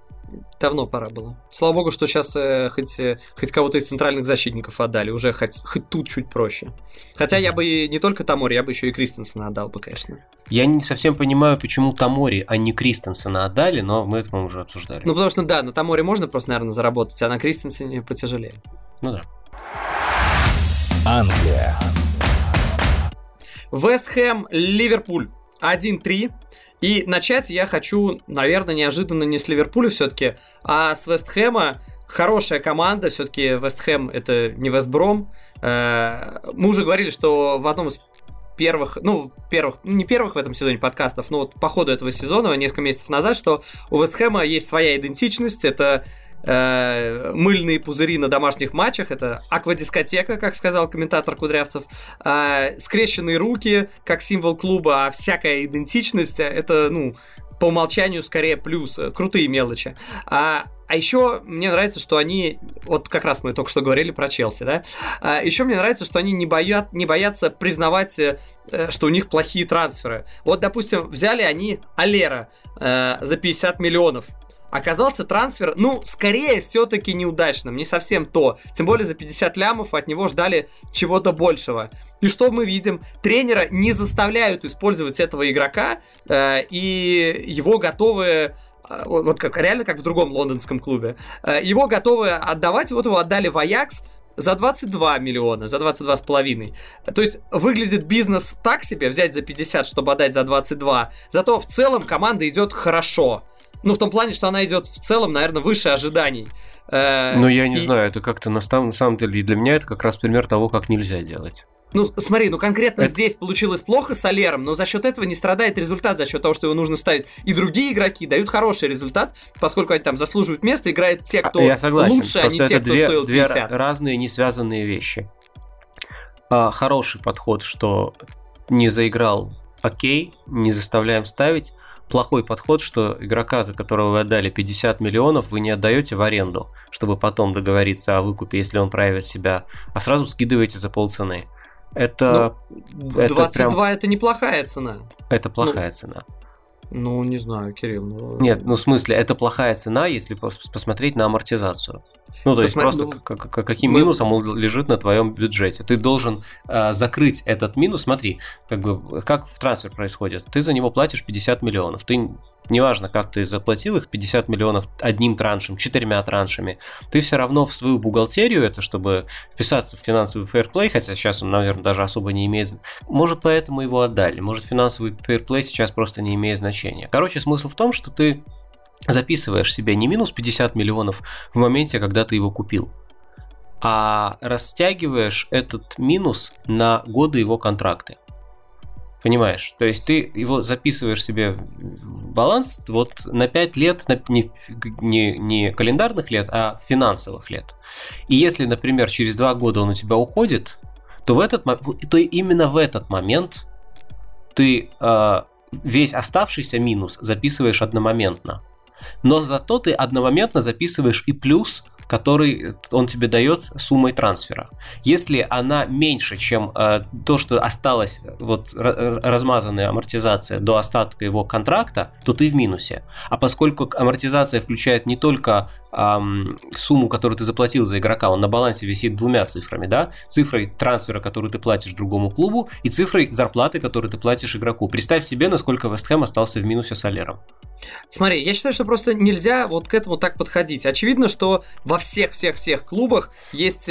Давно пора было. Слава богу, что сейчас хоть кого-то из центральных защитников отдали. Уже хоть тут чуть проще. Хотя я бы не только Тамори, я бы еще и Кристенсена отдал бы, конечно. Я не совсем понимаю, почему Тамори, а не Кристенсена отдали, но мы это уже обсуждали. Потому что, да, на Тамори можно просто, наверное, заработать, а на Кристенсене потяжелее. Да. Англия. Вест Хэм, Ливерпуль 1-3. И начать я хочу, наверное, неожиданно не с Ливерпуля все-таки, а с Вест Хэма. Хорошая команда, все-таки Вест Хэм это не Вест Бром. Мы уже говорили, что в одном из не первых в этом сезоне подкастов, но по ходу этого сезона, несколько месяцев назад, что у Вест Хэма есть своя идентичность, это мыльные пузыри на домашних матчах, это аквадискотека, как сказал комментатор Кудрявцев, скрещенные руки, как символ клуба, а всякая идентичность, это, по умолчанию скорее плюс, крутые мелочи. А еще мне нравится, что они, вот как раз мы только что говорили про Челси, да, еще мне нравится, что они не боятся признавать, что у них плохие трансферы. Вот, допустим, взяли они Алера за 50 миллионов. Оказался трансфер, скорее все-таки неудачным, не совсем то. Тем более за 50 лямов от него ждали чего-то большего. И что мы видим? Тренера не заставляют использовать этого игрока, и его готовы... Вот реально как в другом лондонском клубе. Его готовы отдавать, вот его отдали в Аякс за 22 миллиона, за 22,5. То есть выглядит бизнес так себе, взять за 50, чтобы отдать за 22. Зато в целом команда идет хорошо. В том плане, что она идет в целом, наверное, выше ожиданий. Я не знаю, это как-то на самом деле для меня это как раз пример того, как нельзя делать. Смотри, конкретно здесь получилось плохо с Алером, но за счет этого не страдает результат, за счет того, что его нужно ставить. И другие игроки дают хороший результат, поскольку они там заслуживают места, играют те, кто лучше, а не те, кто стоил 50. Две разные не связанные вещи. Хороший подход, что не заиграл, окей, не заставляем ставить. Плохой подход, что игрока, за которого вы отдали 50 миллионов, вы не отдаете в аренду, чтобы потом договориться о выкупе, если он проявит себя, а сразу скидываете за полцены. Это 22 прям... это неплохая цена. Это плохая цена. Не знаю, Кирилл. Нет, в смысле, это плохая цена, если посмотреть на амортизацию. То есть просто каким минусом он лежит на твоем бюджете. Ты должен закрыть этот минус. Смотри, как трансфер происходит. Ты за него платишь 50 миллионов. Ты, неважно, как ты заплатил их, 50 миллионов одним траншем, 4 траншами, ты все равно в свою бухгалтерию, это чтобы вписаться в финансовый фейрплей, хотя сейчас он, наверное, даже особо не имеет... Может, поэтому его отдали. Может, финансовый фейрплей сейчас просто не имеет значения. Короче, смысл в том, что ты записываешь себе не минус 50 миллионов в моменте, когда ты его купил, а растягиваешь этот минус на годы его контракта. Понимаешь? То есть ты его записываешь себе в баланс вот на 5 лет, не календарных лет, а финансовых лет. И если, например, через 2 года он у тебя уходит, то именно в этот момент ты весь оставшийся минус записываешь одномоментно. Но зато ты одномоментно записываешь и плюс, который он тебе дает суммой трансфера. Если она меньше, чем то, что осталось, вот размазанная амортизация до остатка его контракта, то ты в минусе. А поскольку амортизация включает не только сумму, которую ты заплатил за игрока, он на балансе висит 2 цифрами, да? Цифрой трансфера, которую ты платишь другому клубу, и цифрой зарплаты, которую ты платишь игроку. Представь себе, насколько Вест Хэм остался в минусе с Аллером. Смотри, я считаю, что просто нельзя вот к этому так подходить. Очевидно, что во всех клубах есть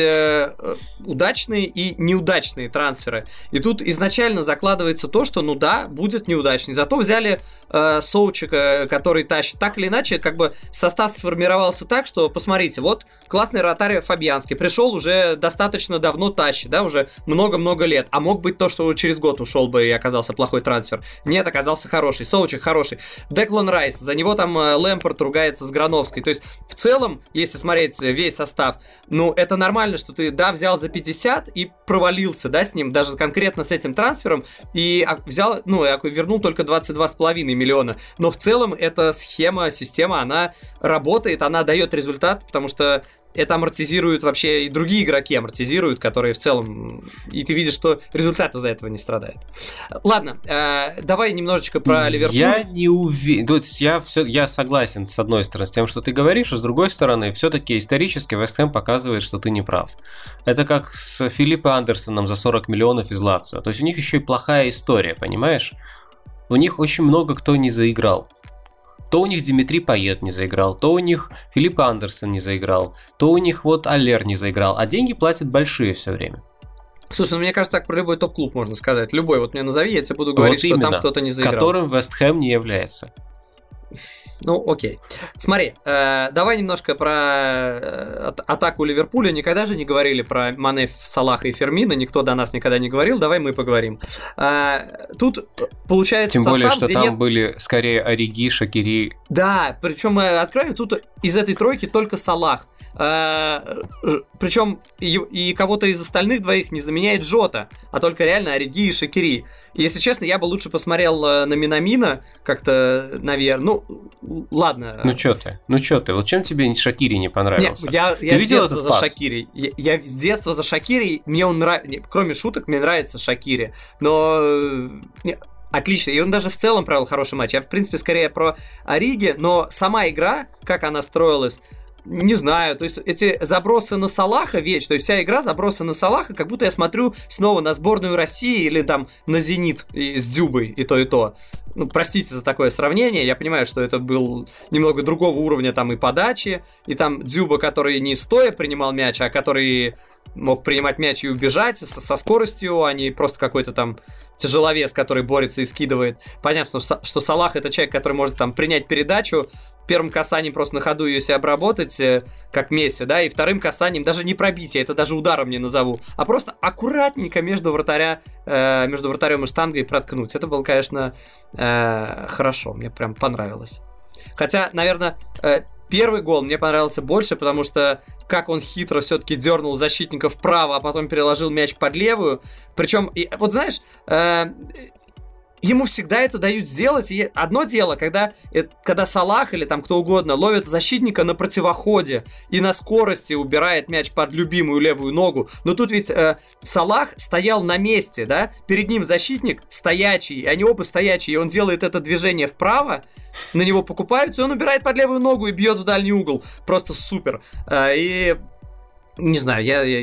удачные и неудачные трансферы. И тут изначально закладывается то, что, ну да, будет неудачный. Зато взяли Соучика, который тащит. Так или иначе, как бы состав сформировался так, что, посмотрите, вот классный вратарь Фабианский пришел уже достаточно давно тащит, да, уже много-много лет. А мог быть то, что через год ушел бы и оказался плохой трансфер. Нет, оказался хороший. Соучик хороший. Деклан Райс, за него там Лэмпорт ругается с Грановской. То есть, в целом, если смотреть весь состав, ну, это нормально, что ты, да, взял за 50 и провалился, да, с ним, даже конкретно с этим трансфером, и взял, ну, и вернул только 22,5 миллиона. Но в целом эта система, она работает, она дает результат, потому что это амортизируют вообще и другие игроки амортизируют, которые в целом... И ты видишь, что результат из-за этого не страдает. Ладно, давай немножечко про Ливерпуль. Я не уверен... То есть я согласен, с одной стороны, с тем, что ты говоришь, а с другой стороны, все-таки исторически Вест Хэм показывает, что ты не прав. Это как с Филиппо Андерсоном за 40 миллионов из Лацио. То есть у них еще и плохая история, понимаешь? У них очень много кто не заиграл. То у них Димитри Пайет не заиграл, то у них Филиппо Андерсон не заиграл, то у них вот Аллер не заиграл, а деньги платят большие все время. Слушай, ну мне кажется, так про любой топ-клуб можно сказать. Любой, вот мне назови, я тебе буду говорить, вот что именно, там кто-то не заиграл. Которым Вест Хэм не является. Ну, окей. Смотри, давай немножко про атаку Ливерпуля. Никогда же не говорили про Мане, Салаха и Фермина. Никто до нас никогда не говорил. Давай мы поговорим. Тут получается тем состав, более, что где там нет... были скорее Ориги, Шакири. Да, причем мы откроем, тут из этой тройки только Салах. Причем и кого-то из остальных двоих не заменяет Жота, а только реально Ориги и Шакири. Если честно, я бы лучше посмотрел на Минамина как-то, наверное. Ну, ладно. Ну чё ты? Вот чем тебе Шакири не понравился? Нет, я с детства за Шакири. Я с детства за Шакири. Мне он нравится. Кроме шуток, мне нравится Шакири. Но... Отлично, и он даже в целом провел хороший матч. Я, в принципе, скорее про Ориги, но сама игра, как она строилась, не знаю, то есть эти забросы на Салаха вещь, то есть вся игра забросы на Салаха, как будто я смотрю снова на сборную России или там на Зенит с Дзюбой и то, и то. Ну, простите за такое сравнение, я понимаю, что это был немного другого уровня там и подачи, и там Дзюба, который не стоя принимал мяч, а который мог принимать мяч и убежать со скоростью, а не просто какой-то там тяжеловес, который борется и скидывает. Понятно, что Салах — это человек, который может там принять передачу, первым касанием просто на ходу ее себе обработать, как Месси, да, и вторым касанием даже не пробитие, это даже ударом не назову, а просто аккуратненько между вратарем и штангой проткнуть. Это было, конечно, хорошо, мне прям понравилось. Хотя, наверное, первый гол мне понравился больше, потому что как он хитро все-таки дернул защитника вправо, а потом переложил мяч под левую. Причем, вот знаешь, ему всегда это дают сделать. И одно дело, когда Салах или там кто угодно ловит защитника на противоходе и на скорости убирает мяч под любимую левую ногу. Но тут ведь Салах стоял на месте, да? Перед ним защитник стоячий, они оба стоячие, и он делает это движение вправо, на него покупаются, и он убирает под левую ногу и бьет в дальний угол. Просто супер. И не знаю,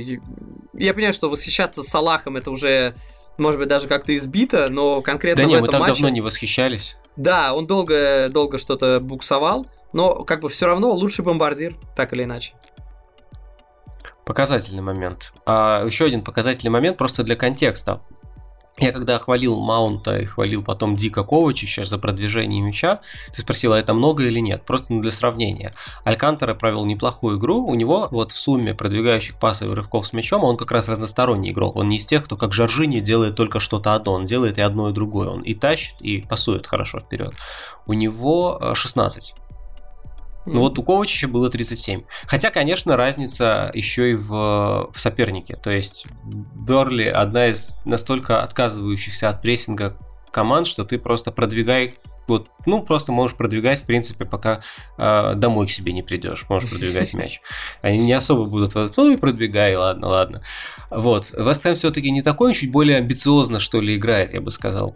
я понимаю, что восхищаться Салахом — это уже... Может быть, даже как-то избито, но конкретно в этом матче... Да не, мы так давно не восхищались. Да, он долго что-то буксовал, но как бы все равно лучший бомбардир, так или иначе. Показательный момент. Еще один показательный момент просто для контекста. Я когда хвалил Маунта и хвалил потом Дика Ковачича за продвижение мяча, ты спросила, это много или нет? Просто для сравнения. Алькантара провел неплохую игру, у него вот в сумме продвигающих пасов и рывков с мячом, он как раз разносторонний игрок, он не из тех, кто как Жоржини делает только что-то одно, он делает и одно, и другое, он и тащит, и пасует хорошо вперед. У него 16. Ну вот у Ковачича было 37. Хотя, конечно, разница еще и в сопернике. То есть Бернли одна из настолько отказывающихся от прессинга команд, что ты просто продвигай, вот, ну просто можешь продвигать, в принципе, пока домой к себе не придешь, можешь продвигать мяч. Они не особо будут, ну и продвигай, ладно. Вот. Вест Хэм все-таки не такой, он чуть более амбициозно, что ли, играет, я бы сказал.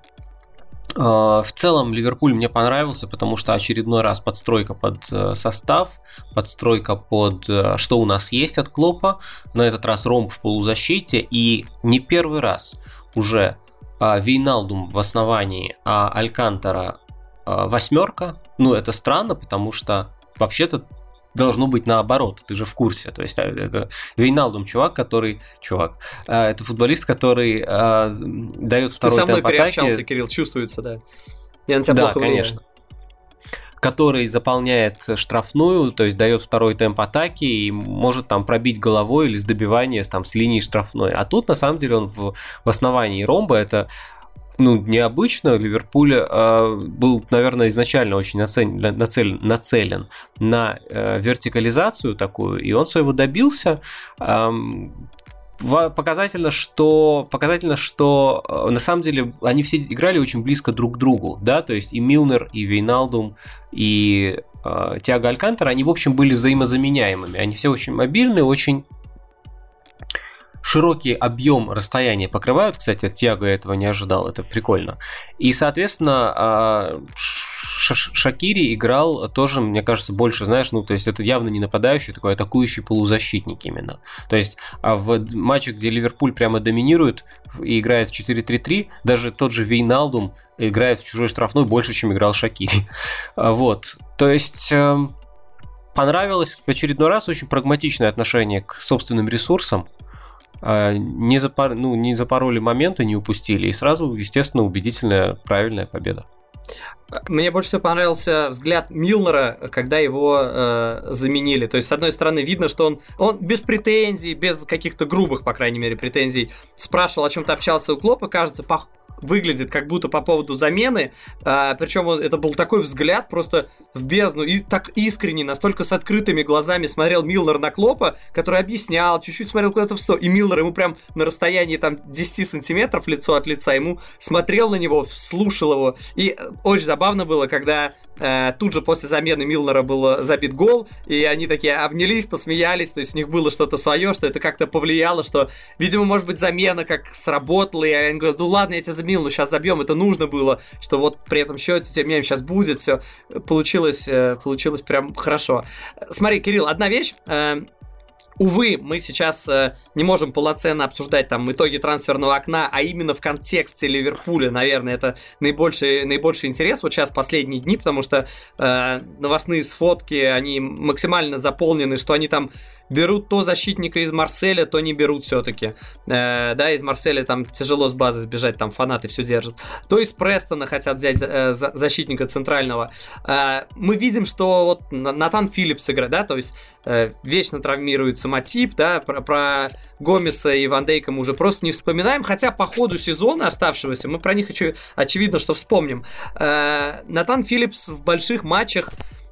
В целом Ливерпуль мне понравился, потому что очередной раз подстройка под состав, подстройка под что у нас есть от Клопа, на этот раз ромб в полузащите, и не первый раз уже Вейналдум в основании, а Алькантара восьмерка. Ну это странно, потому что вообще-то должно быть наоборот, ты же в курсе. То есть это Вейналдум это футболист, который дает второй темп атаки. Ты со мной переобщался, Кирилл, чувствуется, да. Я на тебя плохо влияю. Конечно. Который заполняет штрафную, то есть дает второй темп атаки и может там пробить головой или с добивания там, с линии штрафной. А тут на самом деле он в основании ромба, это необычно. Ливерпуль был, наверное, изначально очень нацелен на вертикализацию такую, и он своего добился. Показательно, что на самом деле они все играли очень близко друг к другу, да, то есть и Милнер, и Вейналдум, и Тиаго Алькантара, они, в общем, были взаимозаменяемыми. Они все очень мобильные, очень широкий объем расстояния покрывают. Кстати, от Тиаго я этого не ожидал, это прикольно. И, соответственно, Шакири играл тоже, мне кажется, больше, знаешь, то есть это явно не нападающий, такой атакующий полузащитник именно. То есть в матче, где Ливерпуль прямо доминирует и играет в 4-3-3, даже тот же Вейналдум играет в чужой штрафной больше, чем играл Шакири. Вот, то есть понравилось в очередной раз очень прагматичное отношение к собственным ресурсам. Не запороли моменты, не упустили, и сразу, естественно, убедительная, правильная победа. Мне больше всего понравился взгляд Милнера, когда его заменили. То есть, с одной стороны, видно, что он без претензий, без каких-то грубых, по крайней мере, претензий, спрашивал, о чем-то общался у Клопа, кажется, выглядит как будто по поводу замены, причем это был такой взгляд просто в бездну, и так искренне, настолько с открытыми глазами смотрел Милнер на Клопа, который объяснял, чуть-чуть смотрел куда-то в сторону, и Милнер ему прям на расстоянии там 10 сантиметров лицо от лица, ему смотрел на него, слушал его, и очень забавно было, когда тут же после замены Милнера был забит гол, и они такие обнялись, посмеялись, то есть у них было что-то свое, что это как-то повлияло, что, видимо, может быть, замена как сработала, и они говорят, ну ладно, я тебя заменил, ну сейчас забьем, это нужно было, что вот при этом счете, тем не менее, сейчас будет, все получилось прям хорошо. Смотри, Кирилл, одна вещь. Увы, мы сейчас не можем полноценно обсуждать там итоги трансферного окна, а именно в контексте Ливерпуля, наверное, это наибольший интерес вот сейчас последние дни, потому что новостные сводки, они максимально заполнены, что они там берут то защитника из Марселя, то не берут все-таки. Да, из Марселя там тяжело с базы сбежать, там фанаты все держат. То из Престона хотят взять защитника центрального. Мы видим, что вот Натан Филлипс играет, да, то есть вечно травмируется Матип, да, про Гомеса и Ван Дейка мы уже просто не вспоминаем, хотя по ходу сезона оставшегося мы про них очевидно, что вспомним. Натан Филлипс в больших матчах,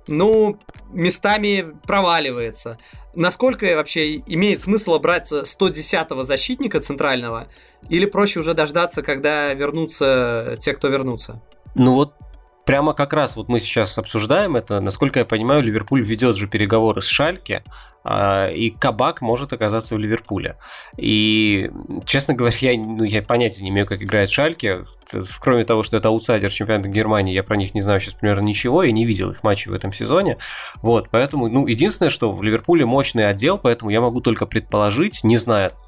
местами проваливается. Насколько вообще имеет смысл брать 110-го защитника центрального, или проще уже дождаться, когда вернутся те, кто вернутся? Прямо как раз вот мы сейчас обсуждаем это. Насколько я понимаю, Ливерпуль ведет же переговоры с Шальке, и Кабак может оказаться в Ливерпуле. И, честно говоря, я понятия не имею, как играет Шальке. Кроме того, что это аутсайдер чемпионата Германии, я про них не знаю сейчас примерно ничего, и не видел их матчей в этом сезоне. Вот, поэтому, единственное, что в Ливерпуле мощный отдел, поэтому я могу только предположить, не зная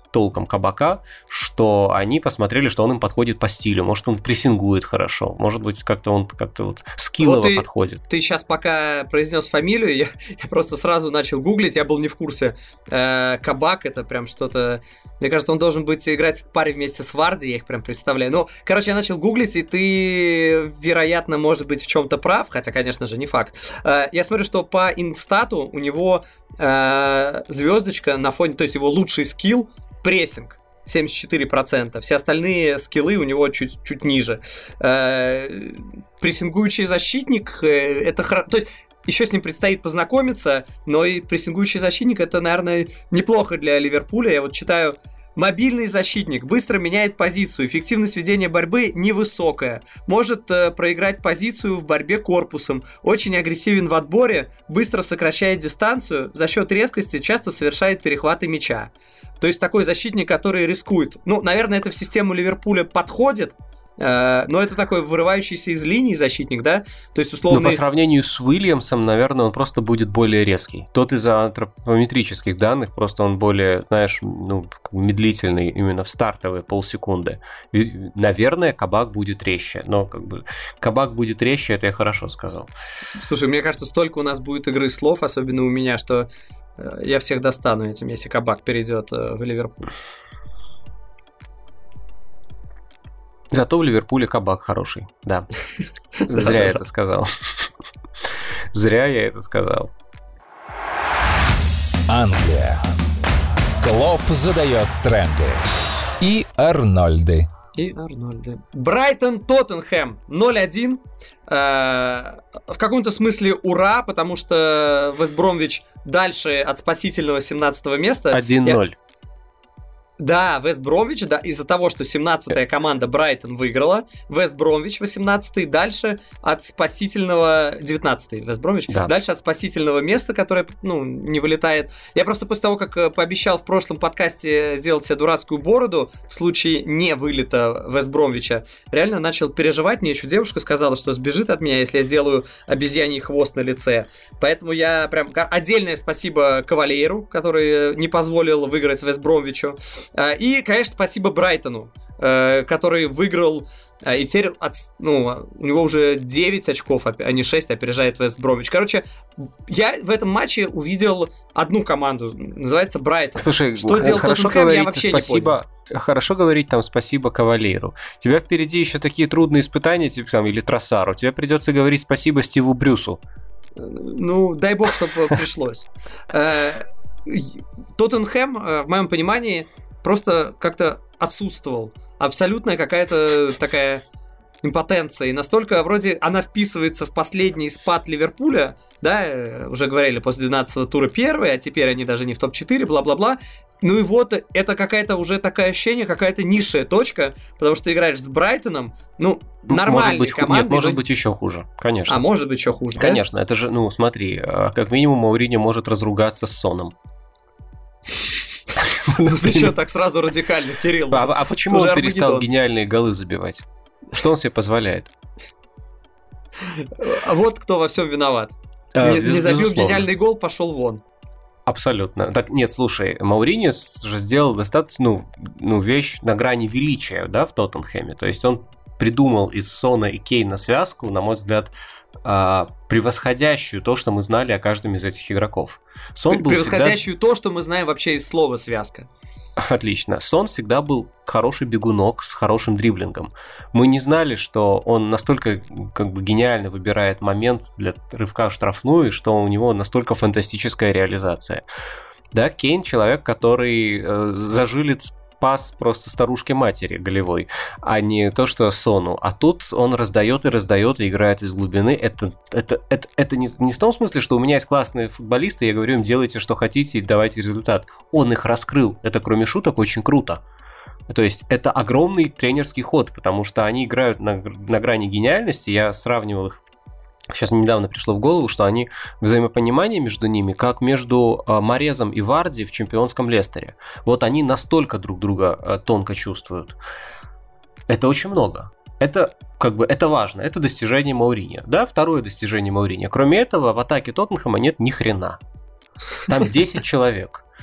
толком Кабака, что они посмотрели, что он им подходит по стилю. Может, он прессингует хорошо, может быть, как-то он как-то вот скиллово вот подходит. Ты сейчас пока произнес фамилию, я просто сразу начал гуглить, я был не в курсе. Кабак — это прям что-то... Мне кажется, он должен быть играть в паре вместе с Варди, я их прям представляю. Ну, короче, я начал гуглить, и ты, вероятно, может быть, в чем-то прав, хотя, конечно же, не факт. Я смотрю, что по инстату у него звездочка на фоне, то есть его лучший скилл — прессинг. 74%. Все остальные скиллы у него чуть ниже. Прессингующий защитник — это хорошо. То есть еще с ним предстоит познакомиться, но и прессингующий защитник — это, наверное, неплохо для Ливерпуля. Я вот читаю: мобильный защитник, быстро меняет позицию, эффективность ведения борьбы невысокая, может проиграть позицию в борьбе корпусом, очень агрессивен в отборе, быстро сокращает дистанцию, за счет резкости часто совершает перехваты мяча. То есть такой защитник, который рискует. Ну, наверное, это в систему Ливерпуля подходит, но это такой вырывающийся из линий защитник, да? То есть, условно... Но по сравнению с Уильямсом, наверное, он просто будет более резкий. Тот из-за антропометрических данных, просто он более, знаешь, медлительный именно в стартовые полсекунды. Наверное, Кабак будет резче, но как бы Кабак будет резче, это я хорошо сказал. Слушай, мне кажется, столько у нас будет игры слов, особенно у меня, что я всех достану этим, если Кабак перейдет в Ливерпуль. Зато в Ливерпуле Кабак хороший, да. Зря я это сказал. Зря я это сказал. Англия. Клоп задает тренды. И Арнольды. Брайтон Тоттенхэм 0-1. В каком-то смысле ура, потому что Вест Бромвич дальше от спасительного 17-го места. 1-0. Да, Вест Бромвич, да, из-за того, что 17-я команда Брайтон выиграла, Вест Бромвич 18-й, дальше от спасительного... 19-й Вест Бромвич, да. Дальше от спасительного места, которое, не вылетает. Я просто после того, как пообещал в прошлом подкасте сделать себе дурацкую бороду в случае не вылета Вест Бромвича, реально начал переживать. Мне еще девушка сказала, что сбежит от меня, если я сделаю обезьяний хвост на лице. Поэтому я прям... Отдельное спасибо Кавалейру, который не позволил выиграть Вест Бромвичу. И, конечно, спасибо Брайтону, который выиграл, и теперь у него уже 9 очков, а не 6, опережает Вест Бромвич. Короче, я в этом матче увидел одну команду, называется Брайтон. Слушай, что делал Тоттенхэм, я вообще не понял. Хорошо говорить там спасибо Кавалейру. У тебя впереди еще такие трудные испытания, типа там, или Троссару. Тебе придется говорить спасибо Стиву Брюсу. Ну, дай бог, чтобы пришлось. Тоттенхэм, в моем понимании, просто как-то отсутствовал. Абсолютная какая-то такая импотенция. И настолько вроде она вписывается в последний спад Ливерпуля, да, уже говорили, после 12-го тура первый, а теперь они даже не в топ-4, бла-бла-бла. Ну и вот это какая-то уже такое ощущение, какая-то низшая точка, потому что играешь с Брайтоном, нормальной командой. Нет, может быть еще хуже, конечно. А может быть еще хуже, конечно, да? Это же, смотри, как минимум Мауриньо может разругаться с Соном. Зачем так сразу радикально, Кирилл? А почему он перестал гениальные голы забивать? Что он себе позволяет? Вот кто во всем виноват. Не забил гениальный гол, пошел вон. Абсолютно. Так, нет, слушай, Мауриньо же сделал достаточно, вещь на грани величия, да, в Тоттенхэме. То есть он придумал из Сона и Кейна связку, на мой взгляд, превосходящую то, что мы знали о каждом из этих игроков. Сон был превосходящую то, что мы знаем вообще из слова связка. Отлично. Сон всегда был хороший бегунок с хорошим дриблингом. Мы не знали, что он настолько гениально выбирает момент для рывка в штрафную, что у него настолько фантастическая реализация. Да, Кейн человек, который зажилит пас просто старушке-матери голевой, а не то, что Сону. А тут он раздает и играет из глубины. Это не в том смысле, что у меня есть классные футболисты, я говорю им, делайте, что хотите, и давайте результат. Он их раскрыл. Это, кроме шуток, очень круто. То есть это огромный тренерский ход, потому что они играют на грани гениальности. Я сравнивал их. Сейчас мне недавно пришло в голову, что они взаимопонимание между ними, как между Морезом и Варди в чемпионском Лестере. Вот они настолько друг друга тонко чувствуют. Это очень много. Это важно. Это достижение Мауриньо. Да, второе достижение Мауриньо. Кроме этого, в атаке Тоттенхэма нет ни хрена. Там 10 человек.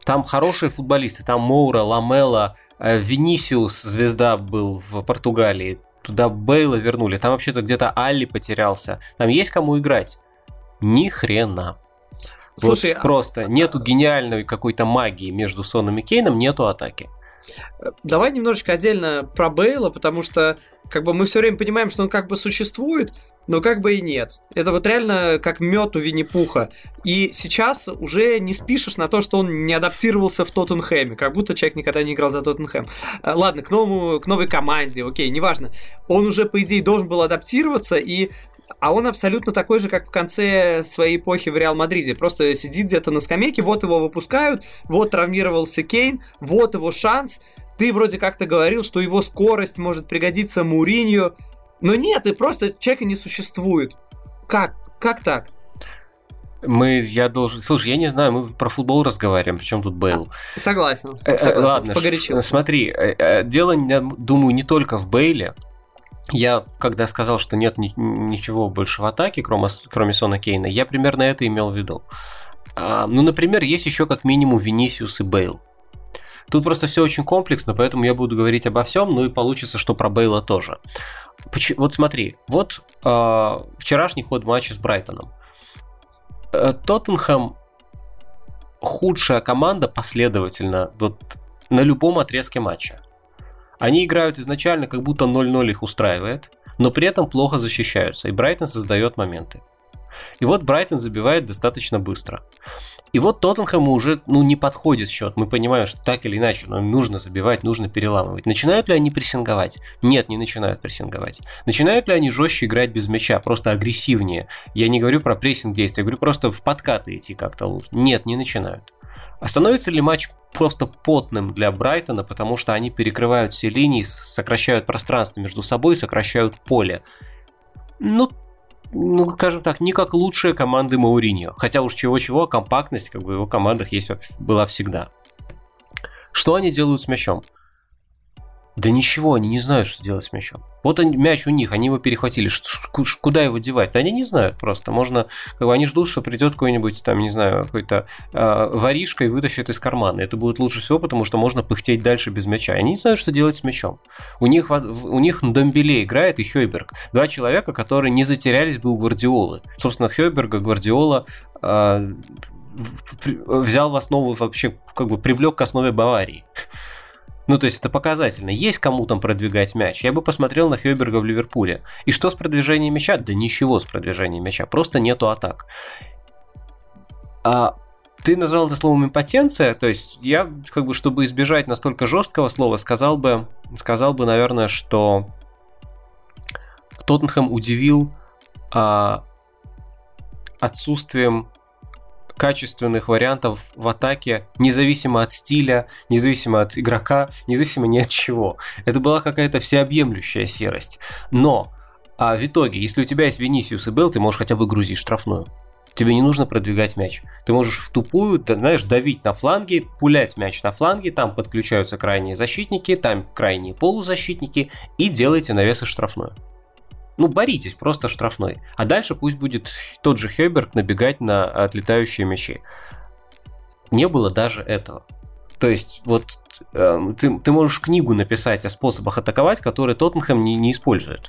Там хорошие футболисты, там Моура, Ламела, Винисиус, звезда был в Португалии, туда Бейла вернули, там вообще-то где-то Алли потерялся, там есть кому играть? Ни хрена. Слушай, вот просто нету гениальной какой-то магии между Соном и Кейном, нету атаки. Давай немножечко отдельно про Бейла, потому что как бы мы все время понимаем, что он как бы существует, но как бы и нет. Это вот реально как мед у Винни-Пуха. И сейчас уже не спишешь на то, что он не адаптировался в Тоттенхэме, как будто человек никогда не играл за Тоттенхэм. Ладно, к новой команде, окей, неважно. Он уже, по идее, должен был адаптироваться, а он абсолютно такой же, как в конце своей эпохи в Реал Мадриде. Просто сидит где-то на скамейке, вот его выпускают, вот травмировался Кейн, вот его шанс. Ты вроде как-то говорил, что его скорость может пригодиться Муринью. Но нет, и просто человека не существует. Как так? Слушай, я не знаю, мы про футбол разговариваем, причем тут Бейл. Согласен. Ладно, погорячился. Смотри, дело, думаю, не только в Бейле. Я, когда сказал, что нет ничего больше в атаке, кроме Сона Кейна, я примерно это имел в виду. Например, есть еще как минимум Винисиус и Бейл. Тут просто все очень комплексно, поэтому я буду говорить обо всем, и получится, что про Бейла тоже. Вот смотри, вчерашний ход матча с Брайтоном. Тоттенхэм худшая команда последовательно на любом отрезке матча. Они играют изначально, как будто 0-0 их устраивает, но при этом плохо защищаются, и Брайтон создает моменты. И вот Брайтон забивает достаточно быстро. И вот Тоттенхэму уже не подходит счет. Мы понимаем, что так или иначе нужно забивать, нужно переламывать. Начинают ли они прессинговать? Нет, не начинают прессинговать. Начинают ли они жестче играть без мяча, просто агрессивнее? Я не говорю про прессинг действия, я говорю просто в подкаты идти как-то лучше. Нет, не начинают. А становится ли матч просто потным для Брайтона, потому что они перекрывают все линии, сокращают пространство между собой, сокращают поле? Скажем так, не как лучшие команды Мауриньо. Хотя уж чего-чего, компактность в его командах была всегда. Что они делают с мячом? Да ничего, они не знают, что делать с мячом. Вот мяч у них, они его перехватили. Куда его девать? Да они не знают просто. Они ждут, что придет какой-нибудь, какой-то воришка и вытащит из кармана. Это будет лучше всего, потому что можно пыхтеть дальше без мяча. Они не знают, что делать с мячом. У них Домбеле играет и Хёйберг. Два человека, которые не затерялись бы у Гвардиолы. Собственно, Хёйберга Гвардиола взял в основу вообще, привлек к основе Баварии. То есть это показательно. Есть кому там продвигать мяч. Я бы посмотрел на Хёйберга в Ливерпуле. И что с продвижением мяча? Да ничего с продвижением мяча. Просто нету атак. Ты назвал это словом импотенция. То есть я, чтобы избежать настолько жесткого слова, сказал бы, наверное, что Тоттенхэм удивил отсутствием качественных вариантов в атаке, независимо от стиля, независимо от игрока, независимо ни от чего. Это была какая-то всеобъемлющая серость. Но в итоге, если у тебя есть Винисиус и Бейл, ты можешь хотя бы грузить штрафную. Тебе не нужно продвигать мяч. Ты можешь в тупую, давить на фланги, пулять мяч на фланги, там подключаются крайние защитники, там крайние полузащитники, и делайте навесы в штрафную. Боритесь просто в штрафной. А дальше пусть будет тот же Хёйберг набегать на отлетающие мячи. Не было даже этого. То есть, ты можешь книгу написать о способах атаковать, которые Тоттенхэм не использует.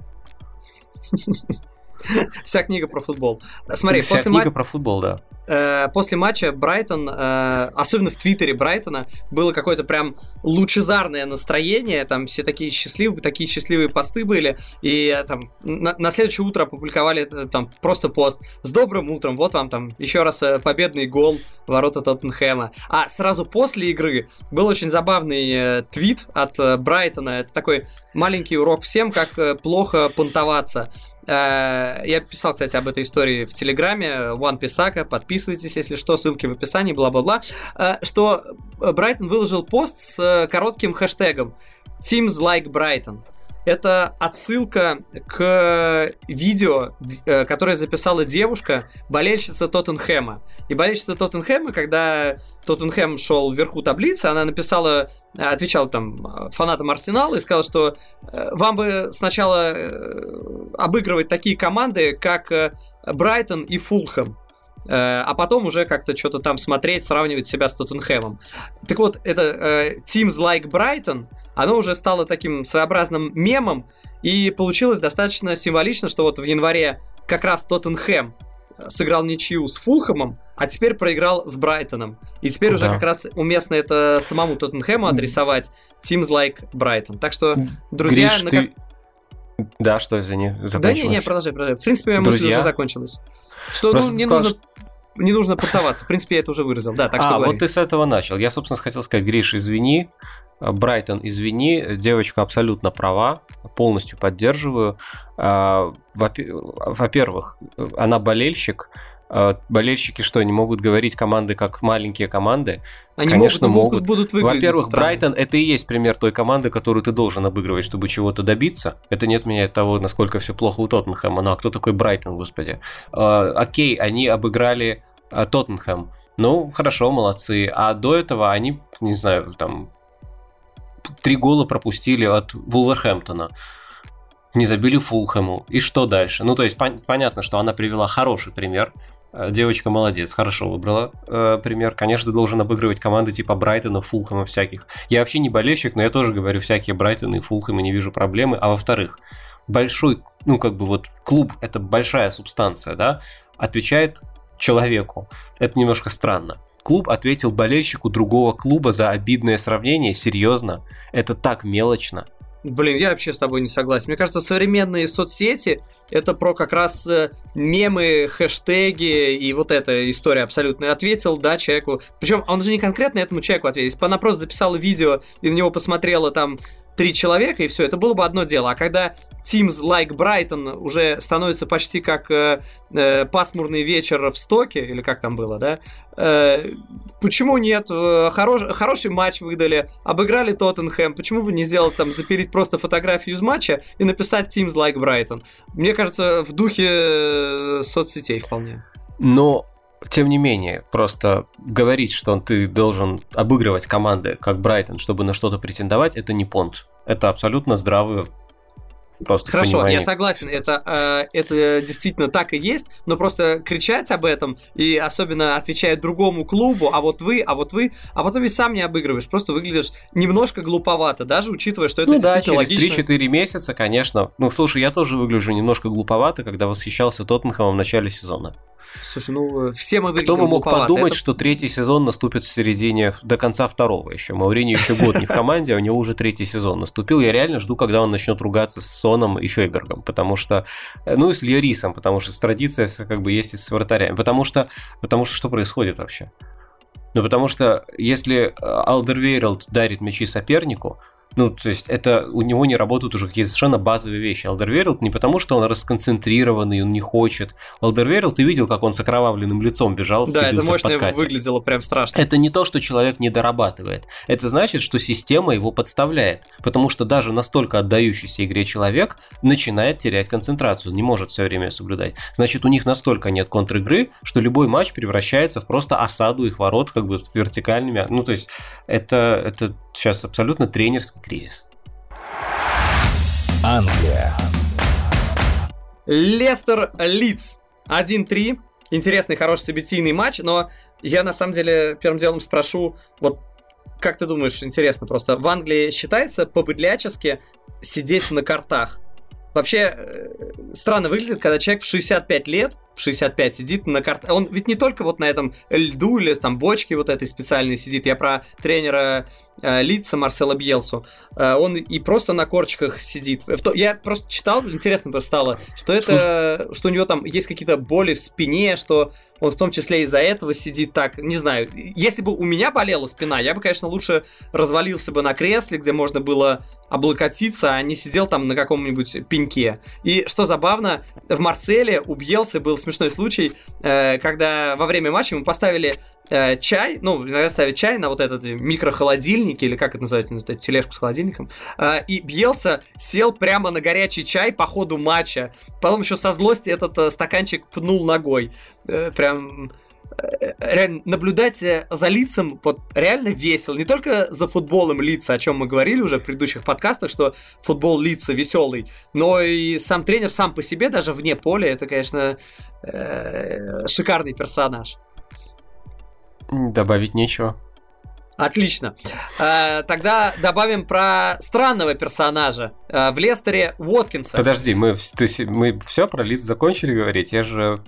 Вся книга про футбол. Смотри, Вся книга про футбол, да. После матча Брайтон, особенно в твиттере Брайтона, было какое-то прям лучезарное настроение, там все такие счастливые посты были, и там на следующее утро опубликовали там просто пост: с добрым утром, вот вам там еще раз победный гол в ворота Тоттенхэма. А сразу после игры был очень забавный твит от Брайтона, это такой маленький урок всем, как плохо понтоваться. Я писал, кстати, об этой истории в Телеграме, One Писака, подписывайтесь, если что, ссылки в описании, бла-бла-бла, что Брайтон выложил пост с коротким хэштегом Teams Like Brighton. Это отсылка к видео, которое записала девушка, болельщица Тоттенхэма. И болельщица Тоттенхэма, когда Тоттенхэм шел вверху таблицы, она отвечала там фанатам Арсенала и сказала, что вам бы сначала обыгрывать такие команды, как Брайтон и Фулхэм. а потом уже как-то что-то там смотреть, сравнивать себя с Тоттенхэмом. Так вот, это Teams Like Brighton, оно уже стало таким своеобразным мемом, и получилось достаточно символично, что вот в январе как раз Тоттенхэм сыграл ничью с Фулхэмом, а теперь проиграл с Брайтоном. И теперь уже как раз уместно это самому Тоттенхэму адресовать Teams Like Brighton. Так что, друзья... Гриш, Да, что, извини, закончилось? Да не, продолжай. В принципе, моя мысль уже закончилась. Что не нужно портоваться. В принципе, я это уже выразил. Да, так что говори. Вот ты с этого начал. Я, собственно, хотел сказать, Гриш, извини. Брайтон, извини, девочка абсолютно права, полностью поддерживаю. Во-первых, она болельщик. Болельщики что, не могут говорить команды как маленькие команды? Они конечно, могут. Будут выглядеть Во-первых, странно. Брайтон — это и есть пример той команды, которую ты должен обыгрывать, чтобы чего-то добиться. Это не отменяет того, насколько все плохо у Тоттенхэма. Ну а кто такой Брайтон, господи? Окей, они обыграли Тоттенхэм. Ну, хорошо, молодцы. А до этого они, не знаю, там 3 гола пропустили от Вулверхэмптона. Не забили Фулхэму. И что дальше? Ну, то есть, понятно, что она привела хороший пример. Девочка молодец, хорошо выбрала пример. Конечно, должен обыгрывать команды типа Брайтона, Фулхэма всяких. Я вообще не болельщик, но я тоже говорю всякие Брайтоны и Фулхэмы, не вижу проблемы. А во-вторых, большой, клуб – это большая субстанция, да, отвечает человеку. Это немножко странно. Клуб ответил болельщику другого клуба за обидное сравнение. Серьезно? Это так мелочно. Блин, я вообще с тобой не согласен. Мне кажется, современные соцсети — это про как раз мемы, хэштеги и вот эта история абсолютно. Ответил, да, человеку. Причем он же не конкретно этому человеку ответил. Если бы она просто записала видео и на него посмотрела там 3 человека, и все, это было бы одно дело. А когда Teams Like Brighton уже становится почти как пасмурный вечер в Стоке, или как там было, да? Почему нет? Хороший матч выдали, обыграли Тоттенхэм. Почему бы не сделать там, запилить просто фотографию из матча и написать Teams Like Brighton? Мне кажется, в духе соцсетей вполне. Но тем не менее, просто говорить, что ты должен обыгрывать команды, как Брайтон, чтобы на что-то претендовать, это не понт. Это абсолютно здравое просто Хорошо, понимание. Я согласен, это действительно так и есть, но просто кричать об этом и особенно отвечая другому клубу, а потом ведь сам не обыгрываешь, просто выглядишь немножко глуповато, даже учитывая, что это действительно логично. Через 3-4 месяца, конечно. Ну, слушай, я тоже выгляжу немножко глуповато, когда восхищался Тоттенхэмом в начале сезона. Слушай, все мы выглядим Кто бы мог глуповато. подумать, что 3-й сезон наступит в середине, до конца 2-го еще. Мауриньо еще год не в команде, а у него уже 3-й сезон наступил. Я реально жду, когда он начнет ругаться с Соном и Хёйбергом, потому что, и с Льорисом, потому что традиция как бы есть и с вратарями. Потому что что происходит вообще? Потому что если Алдервейрелд дарит мячи сопернику, то есть это у него не работают уже какие-то совершенно базовые вещи. Алдервейрелд не потому, что он расконцентрированный, он не хочет. Алдервейрелд, ты видел, как он с окровавленным лицом бежал, да, это мощно выглядело прям страшно. Это не то, что человек не дорабатывает. Это значит, что система его подставляет. Потому что даже настолько отдающийся игре человек начинает терять концентрацию, не может все время соблюдать. Значит, у них настолько нет контр-игры, что любой матч превращается в просто осаду их ворот, как бы вертикальными. То есть это сейчас абсолютно тренерский кризис. Англия. Лестер Лидс 1-3. Интересный, хороший событийный матч, но я на самом деле первым делом спрошу, вот как ты думаешь, интересно просто, в Англии считается по-быдлячески сидеть на картах? Вообще странно выглядит, когда человек в 65 лет, в 65 сидит на картах. Он ведь не только вот на этом льду или там бочке вот этой специальной сидит. Я про тренера Лидса Марсела Бьелсу. Он и просто на корчиках сидит. Я просто читал, интересно просто стало, что у него там есть какие-то боли в спине, что он в том числе из-за этого сидит так, не знаю. Если бы у меня болела спина, я бы, конечно, лучше развалился бы на кресле, где можно было облокотиться, а не сидел там на каком-нибудь пеньке. И что забавно, в Марселе у Бьелсы был смешной случай, когда во время матча ему поставили чай, иногда ставят чай на вот этот микрохолодильник, или как это называется, эту тележку с холодильником, и Бьелса сел прямо на горячий чай по ходу матча, потом еще со злости этот стаканчик пнул ногой. Прям реально наблюдать за Лидсом вот реально весело. Не только за футболом Лидса, о чем мы говорили уже в предыдущих подкастах, что футбол Лидса веселый, но и сам тренер сам по себе, даже вне поля, это, конечно, шикарный персонаж. Добавить нечего. Отлично. Тогда добавим про странного персонажа в Лестере Уоткинса. Подожди, мы все про Лидс закончили говорить? Я же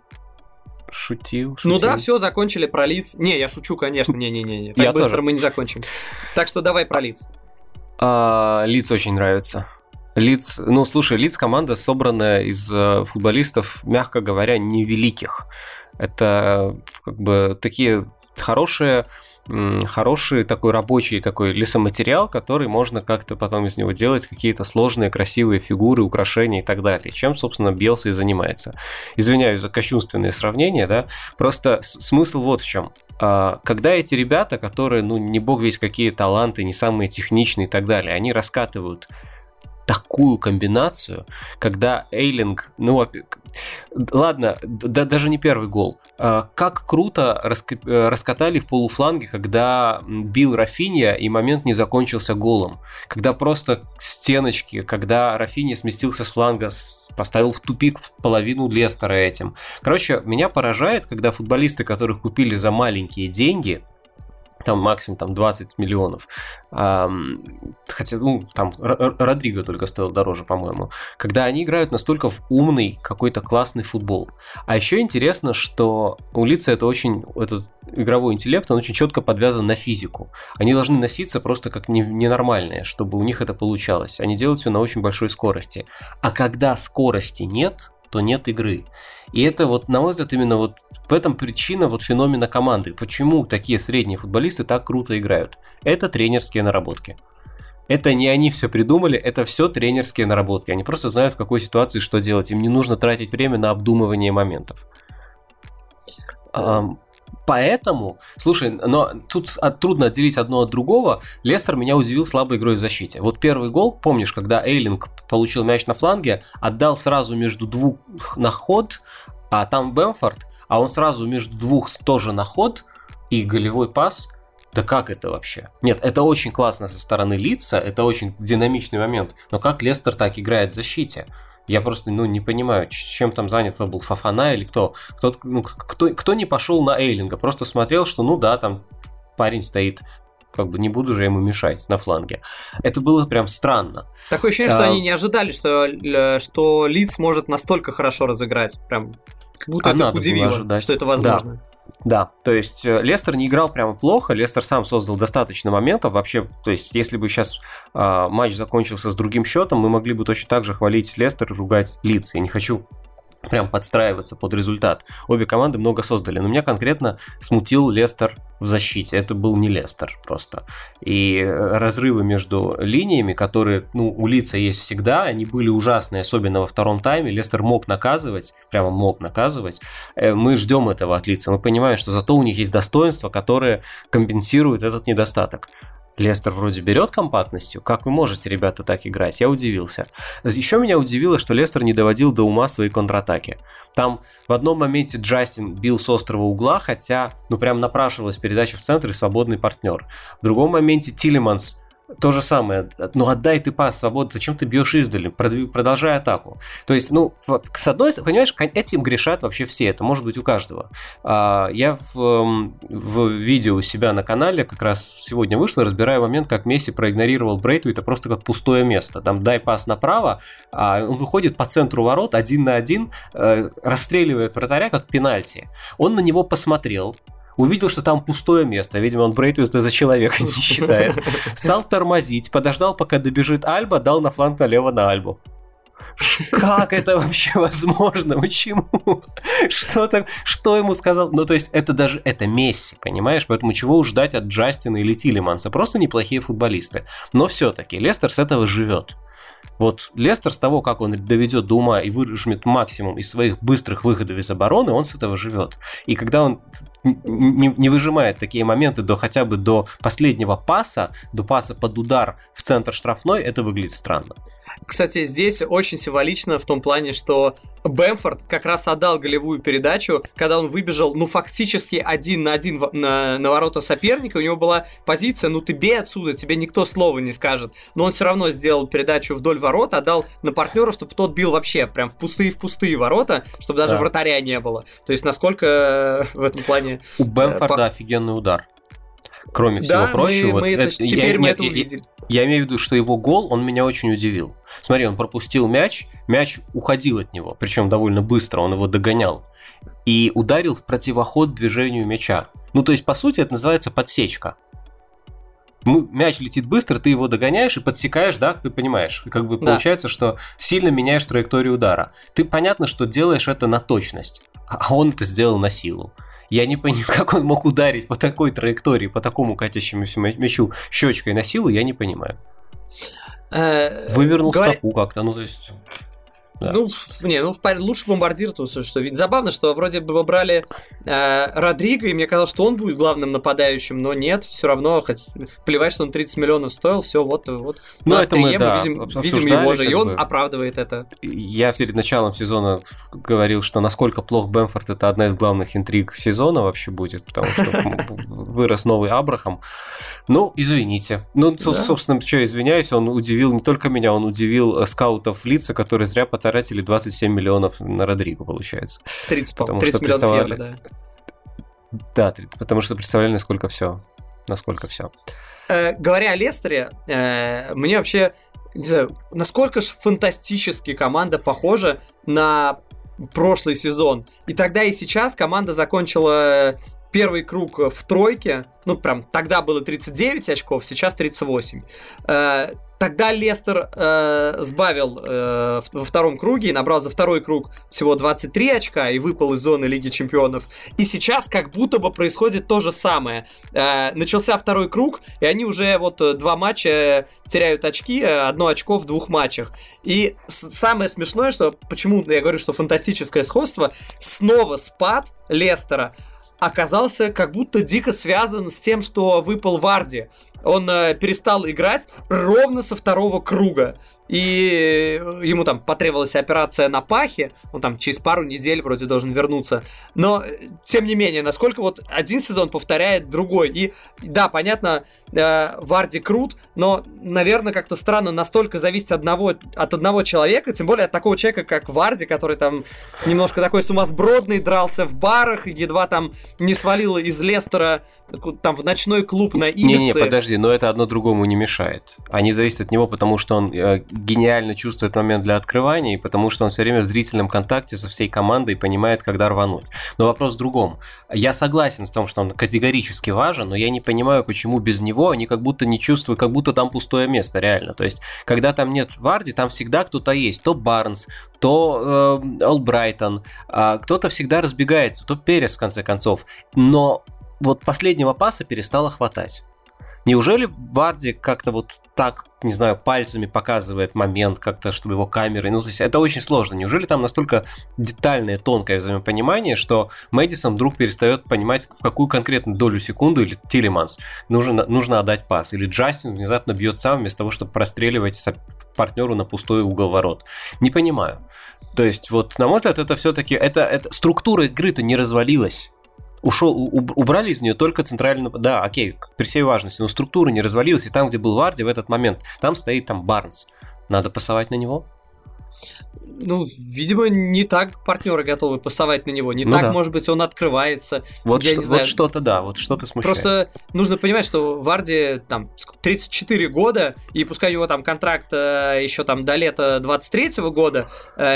шутил. Ну да, все, закончили про Лидс. Не, я шучу, конечно. Не. Так быстро тоже. Мы не закончим. Так что давай про Лидс. Лидс очень нравится. Лидс, ну слушай, Лидс команда, собранная из футболистов, мягко говоря, невеликих. Это как бы такие хороший такой рабочий такой лесоматериал, который можно как-то потом из него делать какие-то сложные красивые фигуры, украшения и так далее. Чем, собственно, Биелса и занимается. Извиняюсь за кощунственные сравнения, да, просто смысл вот в чем. Когда эти ребята, которые, ну, не бог весть какие таланты, не самые техничные и так далее, они раскатывают такую комбинацию, когда Эйлинг, ну, ладно, даже не первый гол. Как круто раскатали в полуфланге, когда бил Рафинья, и момент не закончился голом. Когда просто стеночки, когда Рафинья сместился с фланга, поставил в тупик половину Лестера этим. Короче, меня поражает, когда футболисты, которых купили за маленькие деньги, там максимум там 20 миллионов. Хотя, ну, там Родриго только стоил дороже, по-моему. Когда они играют настолько в умный, какой-то классный футбол. А еще интересно, что у Лидса этот игровой интеллект, он очень четко подвязан на физику. Они должны носиться просто как ненормальные, чтобы у них это получалось. Они делают все на очень большой скорости. А когда скорости нет, то нет игры. И это вот, на мой взгляд, именно вот в этом причина вот феномена команды. Почему такие средние футболисты так круто играют? Это тренерские наработки. Это не они все придумали, это все тренерские наработки. Они просто знают, в какой ситуации что делать. Им не нужно тратить время на обдумывание моментов. Поэтому, слушай, но тут трудно отделить одно от другого. Лестер меня удивил слабой игрой в защите. Вот первый гол, помнишь, когда Эйлинг получил мяч на фланге, отдал сразу между двух на ход, а там Бэмфорд, а он сразу между двух тоже на ход и голевой пас. Да как это вообще? Нет, это очень классно со стороны Лидса, это очень динамичный момент. Но как Лестер так играет в защите? Я просто, не понимаю, чем там занят, кто был, Фофана или кто не пошел на Эйлинга, просто смотрел, что, там парень стоит, как бы не буду же ему мешать на фланге. Это было прям странно. Такое ощущение, что они не ожидали, что Лидс может настолько хорошо разыграть, прям как будто это их удивило, что это возможно. Да, то есть Лестер не играл прямо плохо, Лестер сам создал достаточно моментов, вообще, то есть если бы сейчас матч закончился с другим счетом, мы могли бы точно так же хвалить Лестер и ругать Лидс. Я не хочу прям подстраиваться под результат. Обе команды много создали, но меня конкретно смутил Лестер в защите. Это был не Лестер просто. И разрывы между линиями, которые, у Лидса есть всегда, они были ужасные, особенно во втором тайме. Лестер мог наказывать, прямо мог наказывать. Мы ждем этого от Лидса. Мы понимаем, что зато у них есть достоинства, которые компенсируют этот недостаток. Лестер вроде берет компактностью. Как вы можете, ребята, так играть? Я удивился. Еще меня удивило, что Лестер не доводил до ума свои контратаки. Там в одном моменте Джастин бил с острого угла, хотя, прям напрашивалась передача в центр и свободный партнер. В другом моменте Тилеманс то же самое. Отдай ты пас свободно, зачем ты бьешь издали? Продолжай атаку. То есть, с одной стороны, понимаешь, этим грешат вообще все. Это может быть у каждого. Я в видео у себя на канале как раз сегодня вышло, разбираю момент, как Месси проигнорировал Брейтвейта просто как пустое место. Там дай пас направо, он выходит по центру ворот 1 на 1, расстреливает вратаря как пенальти. Он на него посмотрел, увидел, что там пустое место. Видимо, он Брейтвейта за человека не считает. Стал тормозить, подождал, пока добежит Альба, дал на фланг налево на Альбу. Как это вообще возможно? Почему? Что ему сказал? То есть, это Месси, понимаешь? Поэтому чего уж ждать от Джастина или Тилеманса? Просто неплохие футболисты. Но все-таки Лестер с этого живет. Вот Лестер с того, как он доведет до ума и выжмет максимум из своих быстрых выходов из обороны, он с этого живет. И когда он не выжимает такие моменты хотя бы до последнего паса, до паса под удар в центр штрафной, это выглядит странно. Кстати, здесь очень символично в том плане, что Бэмфорд как раз отдал голевую передачу, когда он выбежал, фактически 1 на 1 на ворота соперника. У него была позиция, ты бей отсюда, тебе никто слова не скажет. Но он все равно сделал передачу вдоль ворот, отдал на партнера, чтобы тот бил вообще прям в пустые ворота, чтобы даже вратаря не было. То есть, насколько в этом плане... У Бэмфорда офигенный удар. Кроме всего прочего. Теперь мы это увидели. Я имею в виду, что его гол, он меня очень удивил. Смотри, он пропустил мяч уходил от него, причем довольно быстро, он его догонял. И ударил в противоход движению мяча. То есть, по сути, это называется подсечка. Мяч летит быстро, ты его догоняешь и подсекаешь, да, ты понимаешь. Получается, что сильно меняешь траекторию удара. Ты понятно, что делаешь это на точность, а он это сделал на силу. Я не понимаю, как он мог ударить по такой траектории, по такому катящемуся мячу щечкой на силу, я не понимаю. Вывернул стопу как-то, то есть... Да. Лучше бомбардир, что ведь забавно, что вроде бы брали Родриго, и мне казалось, что он будет главным нападающим, но нет, все равно, плевать, что он 30 миллионов стоил, все, вот на острие мы видим его же, и он оправдывает это. Я перед началом сезона говорил, что насколько плох Бэмфорд, это одна из главных интриг сезона вообще будет, потому что вырос новый Абрахам. Извините. Собственно, что извиняюсь, он удивил не только меня, он удивил скаутов Лидса, которые зря потратили 27 миллионов на Родриго, получается. 30 миллионов евро, да. Да, потому что представляли, насколько все. Говоря о Лестере, мне вообще, не знаю, насколько же фантастически команда похожа на прошлый сезон. И тогда, и сейчас команда закончила первый круг в тройке. Тогда было 39 очков, сейчас 38. Тогда Лестер сбавил во втором круге и набрал за второй круг всего 23 очка и выпал из зоны Лиги Чемпионов. И сейчас как будто бы происходит то же самое. Начался второй круг, и они уже 2 матча теряют очки, 1 очко в 2 матчах. И самое смешное, что почему я говорю, что фантастическое сходство, снова спад Лестера оказался как будто дико связан с тем, что выпал Варди. Он перестал играть ровно со второго круга. И ему потребовалась операция на пахе. Он через пару недель вроде должен вернуться. Но, тем не менее, насколько один сезон повторяет другой. И да, понятно, Варди крут, но, наверное, как-то странно настолько зависеть от одного человека, тем более от такого человека, как Варди, который немножко такой сумасбродный, дрался в барах, едва не свалил из Лестера в ночной клуб на Ибице. Не, подожди, но это одно другому не мешает. Они зависят от него, потому что он гениально чувствует момент для открывания, и потому что он все время в зрительном контакте со всей командой и понимает, когда рвануть. Но вопрос в другом. Я согласен с том, что он категорически важен, но я не понимаю, почему без него они как будто не чувствуют, как будто там пустое место, реально. То есть, когда там нет Варди, там всегда кто-то есть. То Барнс, то Олбрайтон, кто-то всегда разбегается, то Перес, в конце концов. Но последнего паса перестало хватать. Неужели Варди как-то так, не знаю, пальцами показывает момент, как-то, чтобы его камерой... то есть это очень сложно. Неужели там настолько детальное, тонкое взаимопонимание, что Мэдисон вдруг перестает понимать, в какую конкретную долю секунды, или Тилеманс нужно отдать пас, или Джастин внезапно бьет сам, вместо того, чтобы простреливать партнеру на пустой угол ворот. Не понимаю. То есть, на мой взгляд, это все-таки... Это структура игры-то не развалилась. Убрали из нее только центральную... Да, окей, при всей важности, но структура не развалилась, и там, где был Варди в этот момент, там стоит Барнс. Надо пасовать на него? Видимо, не так партнеры готовы пасовать на него. Не так, может быть, он открывается. Что-то смущает. Просто нужно понимать, что Варди 34 года, и пускай у него контракт еще до лета 23-го года,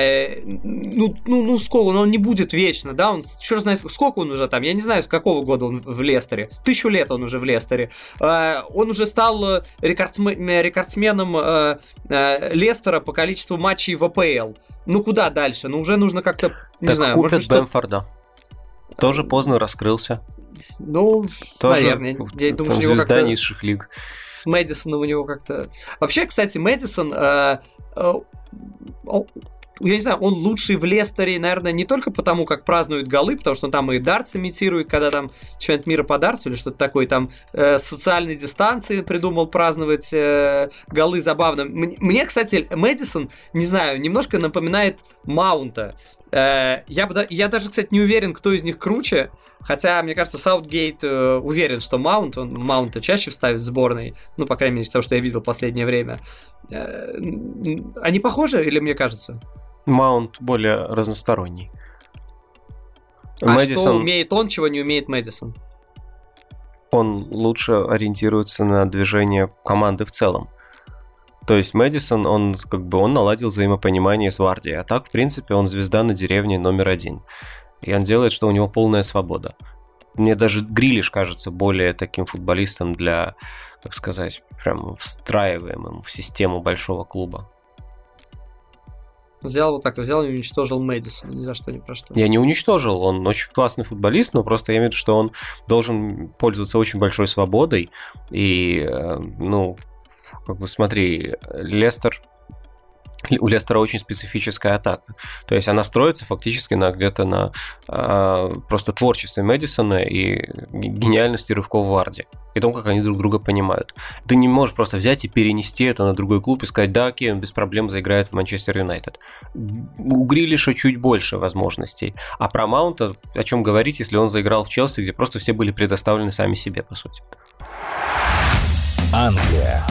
сколько, он не будет вечно, да, он, черт знает, сколько он уже я не знаю, с какого года он в Лестере. 1000 лет он уже в Лестере. Он уже стал рекордсменом Лестера по количеству матчей в АПЛ. Куда дальше? Уже нужно как-то, не знаю... купят Бэмфорда. Тоже поздно раскрылся. Тоже, наверное. Я думаю, что звезда низших лиг. С Мэдисоном у него как-то... Вообще, кстати, Мэдисон... я не знаю, он лучший в Лестере, наверное, не только потому, как празднуют голы, потому что он там и дартс имитирует, когда там чемпионат мира по дартсу или что-то такое, там социальной дистанции придумал праздновать голы забавно. Мне, кстати, Мэдисон, не знаю, немножко напоминает Маунта. Я даже, кстати, не уверен, кто из них круче. Хотя, мне кажется, Саутгейт уверен, что он Маунта чаще вставит в сборной. Ну, по крайней мере, из того, что я видел в последнее время. Они похожи, или мне кажется? Маунт более разносторонний. Мэдисон... что умеет он, чего не умеет Мэдисон? Он лучше ориентируется на движение команды в целом. То есть Мэдисон, он наладил взаимопонимание с Варди. А так, в принципе, он звезда на деревне номер 1. И он делает, что у него полная свобода. Мне даже Грилиш кажется более таким футболистом для, как сказать, прям встраиваемым в систему большого клуба. Взял и уничтожил Мэдисона, ни за что, ни про что. Я не уничтожил, он очень классный футболист, но просто я имею в виду, что он должен пользоваться очень большой свободой. И, смотри, у Лестера очень специфическая атака. То есть она строится фактически на просто творчестве Мэдисона и гениальности рывков Варди. И том, как они друг друга понимают. Ты не можешь просто взять и перенести это на другой клуб и сказать, да, окей, он без проблем заиграет в Манчестер Юнайтед. У Грилиша чуть больше возможностей. А про Маунта о чем говорить, если он заиграл в Челси, где просто все были предоставлены сами себе, по сути. Англия.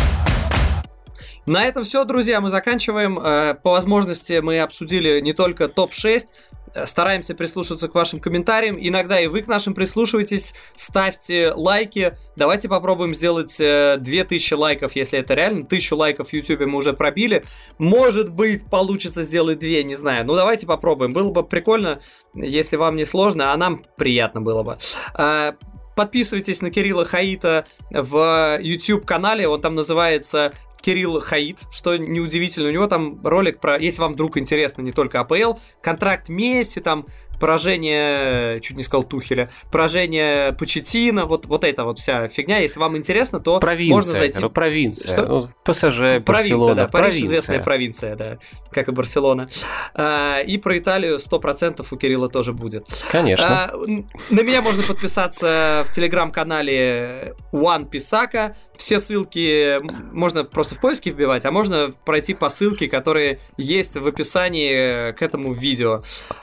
На этом все, друзья, мы заканчиваем. По возможности мы обсудили не только топ-6, стараемся прислушиваться к вашим комментариям. Иногда и вы к нашим прислушиваетесь, ставьте лайки. Давайте попробуем сделать 2000 лайков, если это реально. 1000 лайков в YouTube мы уже пробили. Может быть, получится сделать 2, не знаю. Ну, давайте попробуем. Было бы прикольно, если вам не сложно, а нам приятно было бы. Подписывайтесь на Кирилла Хаита в YouTube-канале. Он там называется Кирилл Хаит, что неудивительно. У него там ролик про, если вам вдруг интересно, не только АПЛ, контракт Месси, там поражение, чуть не сказал Тухеля, поражение Почеттино, вот эта вот вся фигня. Если вам интересно, то можно зайти. Провинция. Что? ПСЖ, Барселона. Да, Париж известная провинция, да, как и Барселона. И про Италию 100% у Кирилла тоже будет. Конечно. На меня можно подписаться в телеграм-канале One Pisaka. Все ссылки можно просто в поиске вбивать, а можно пройти по ссылке, которые есть в описании к этому видео.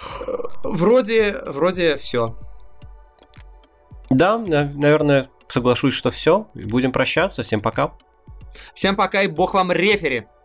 Вроде все. Да, наверное, соглашусь, что все. Будем прощаться. Всем пока. Всем пока и бог вам рефери.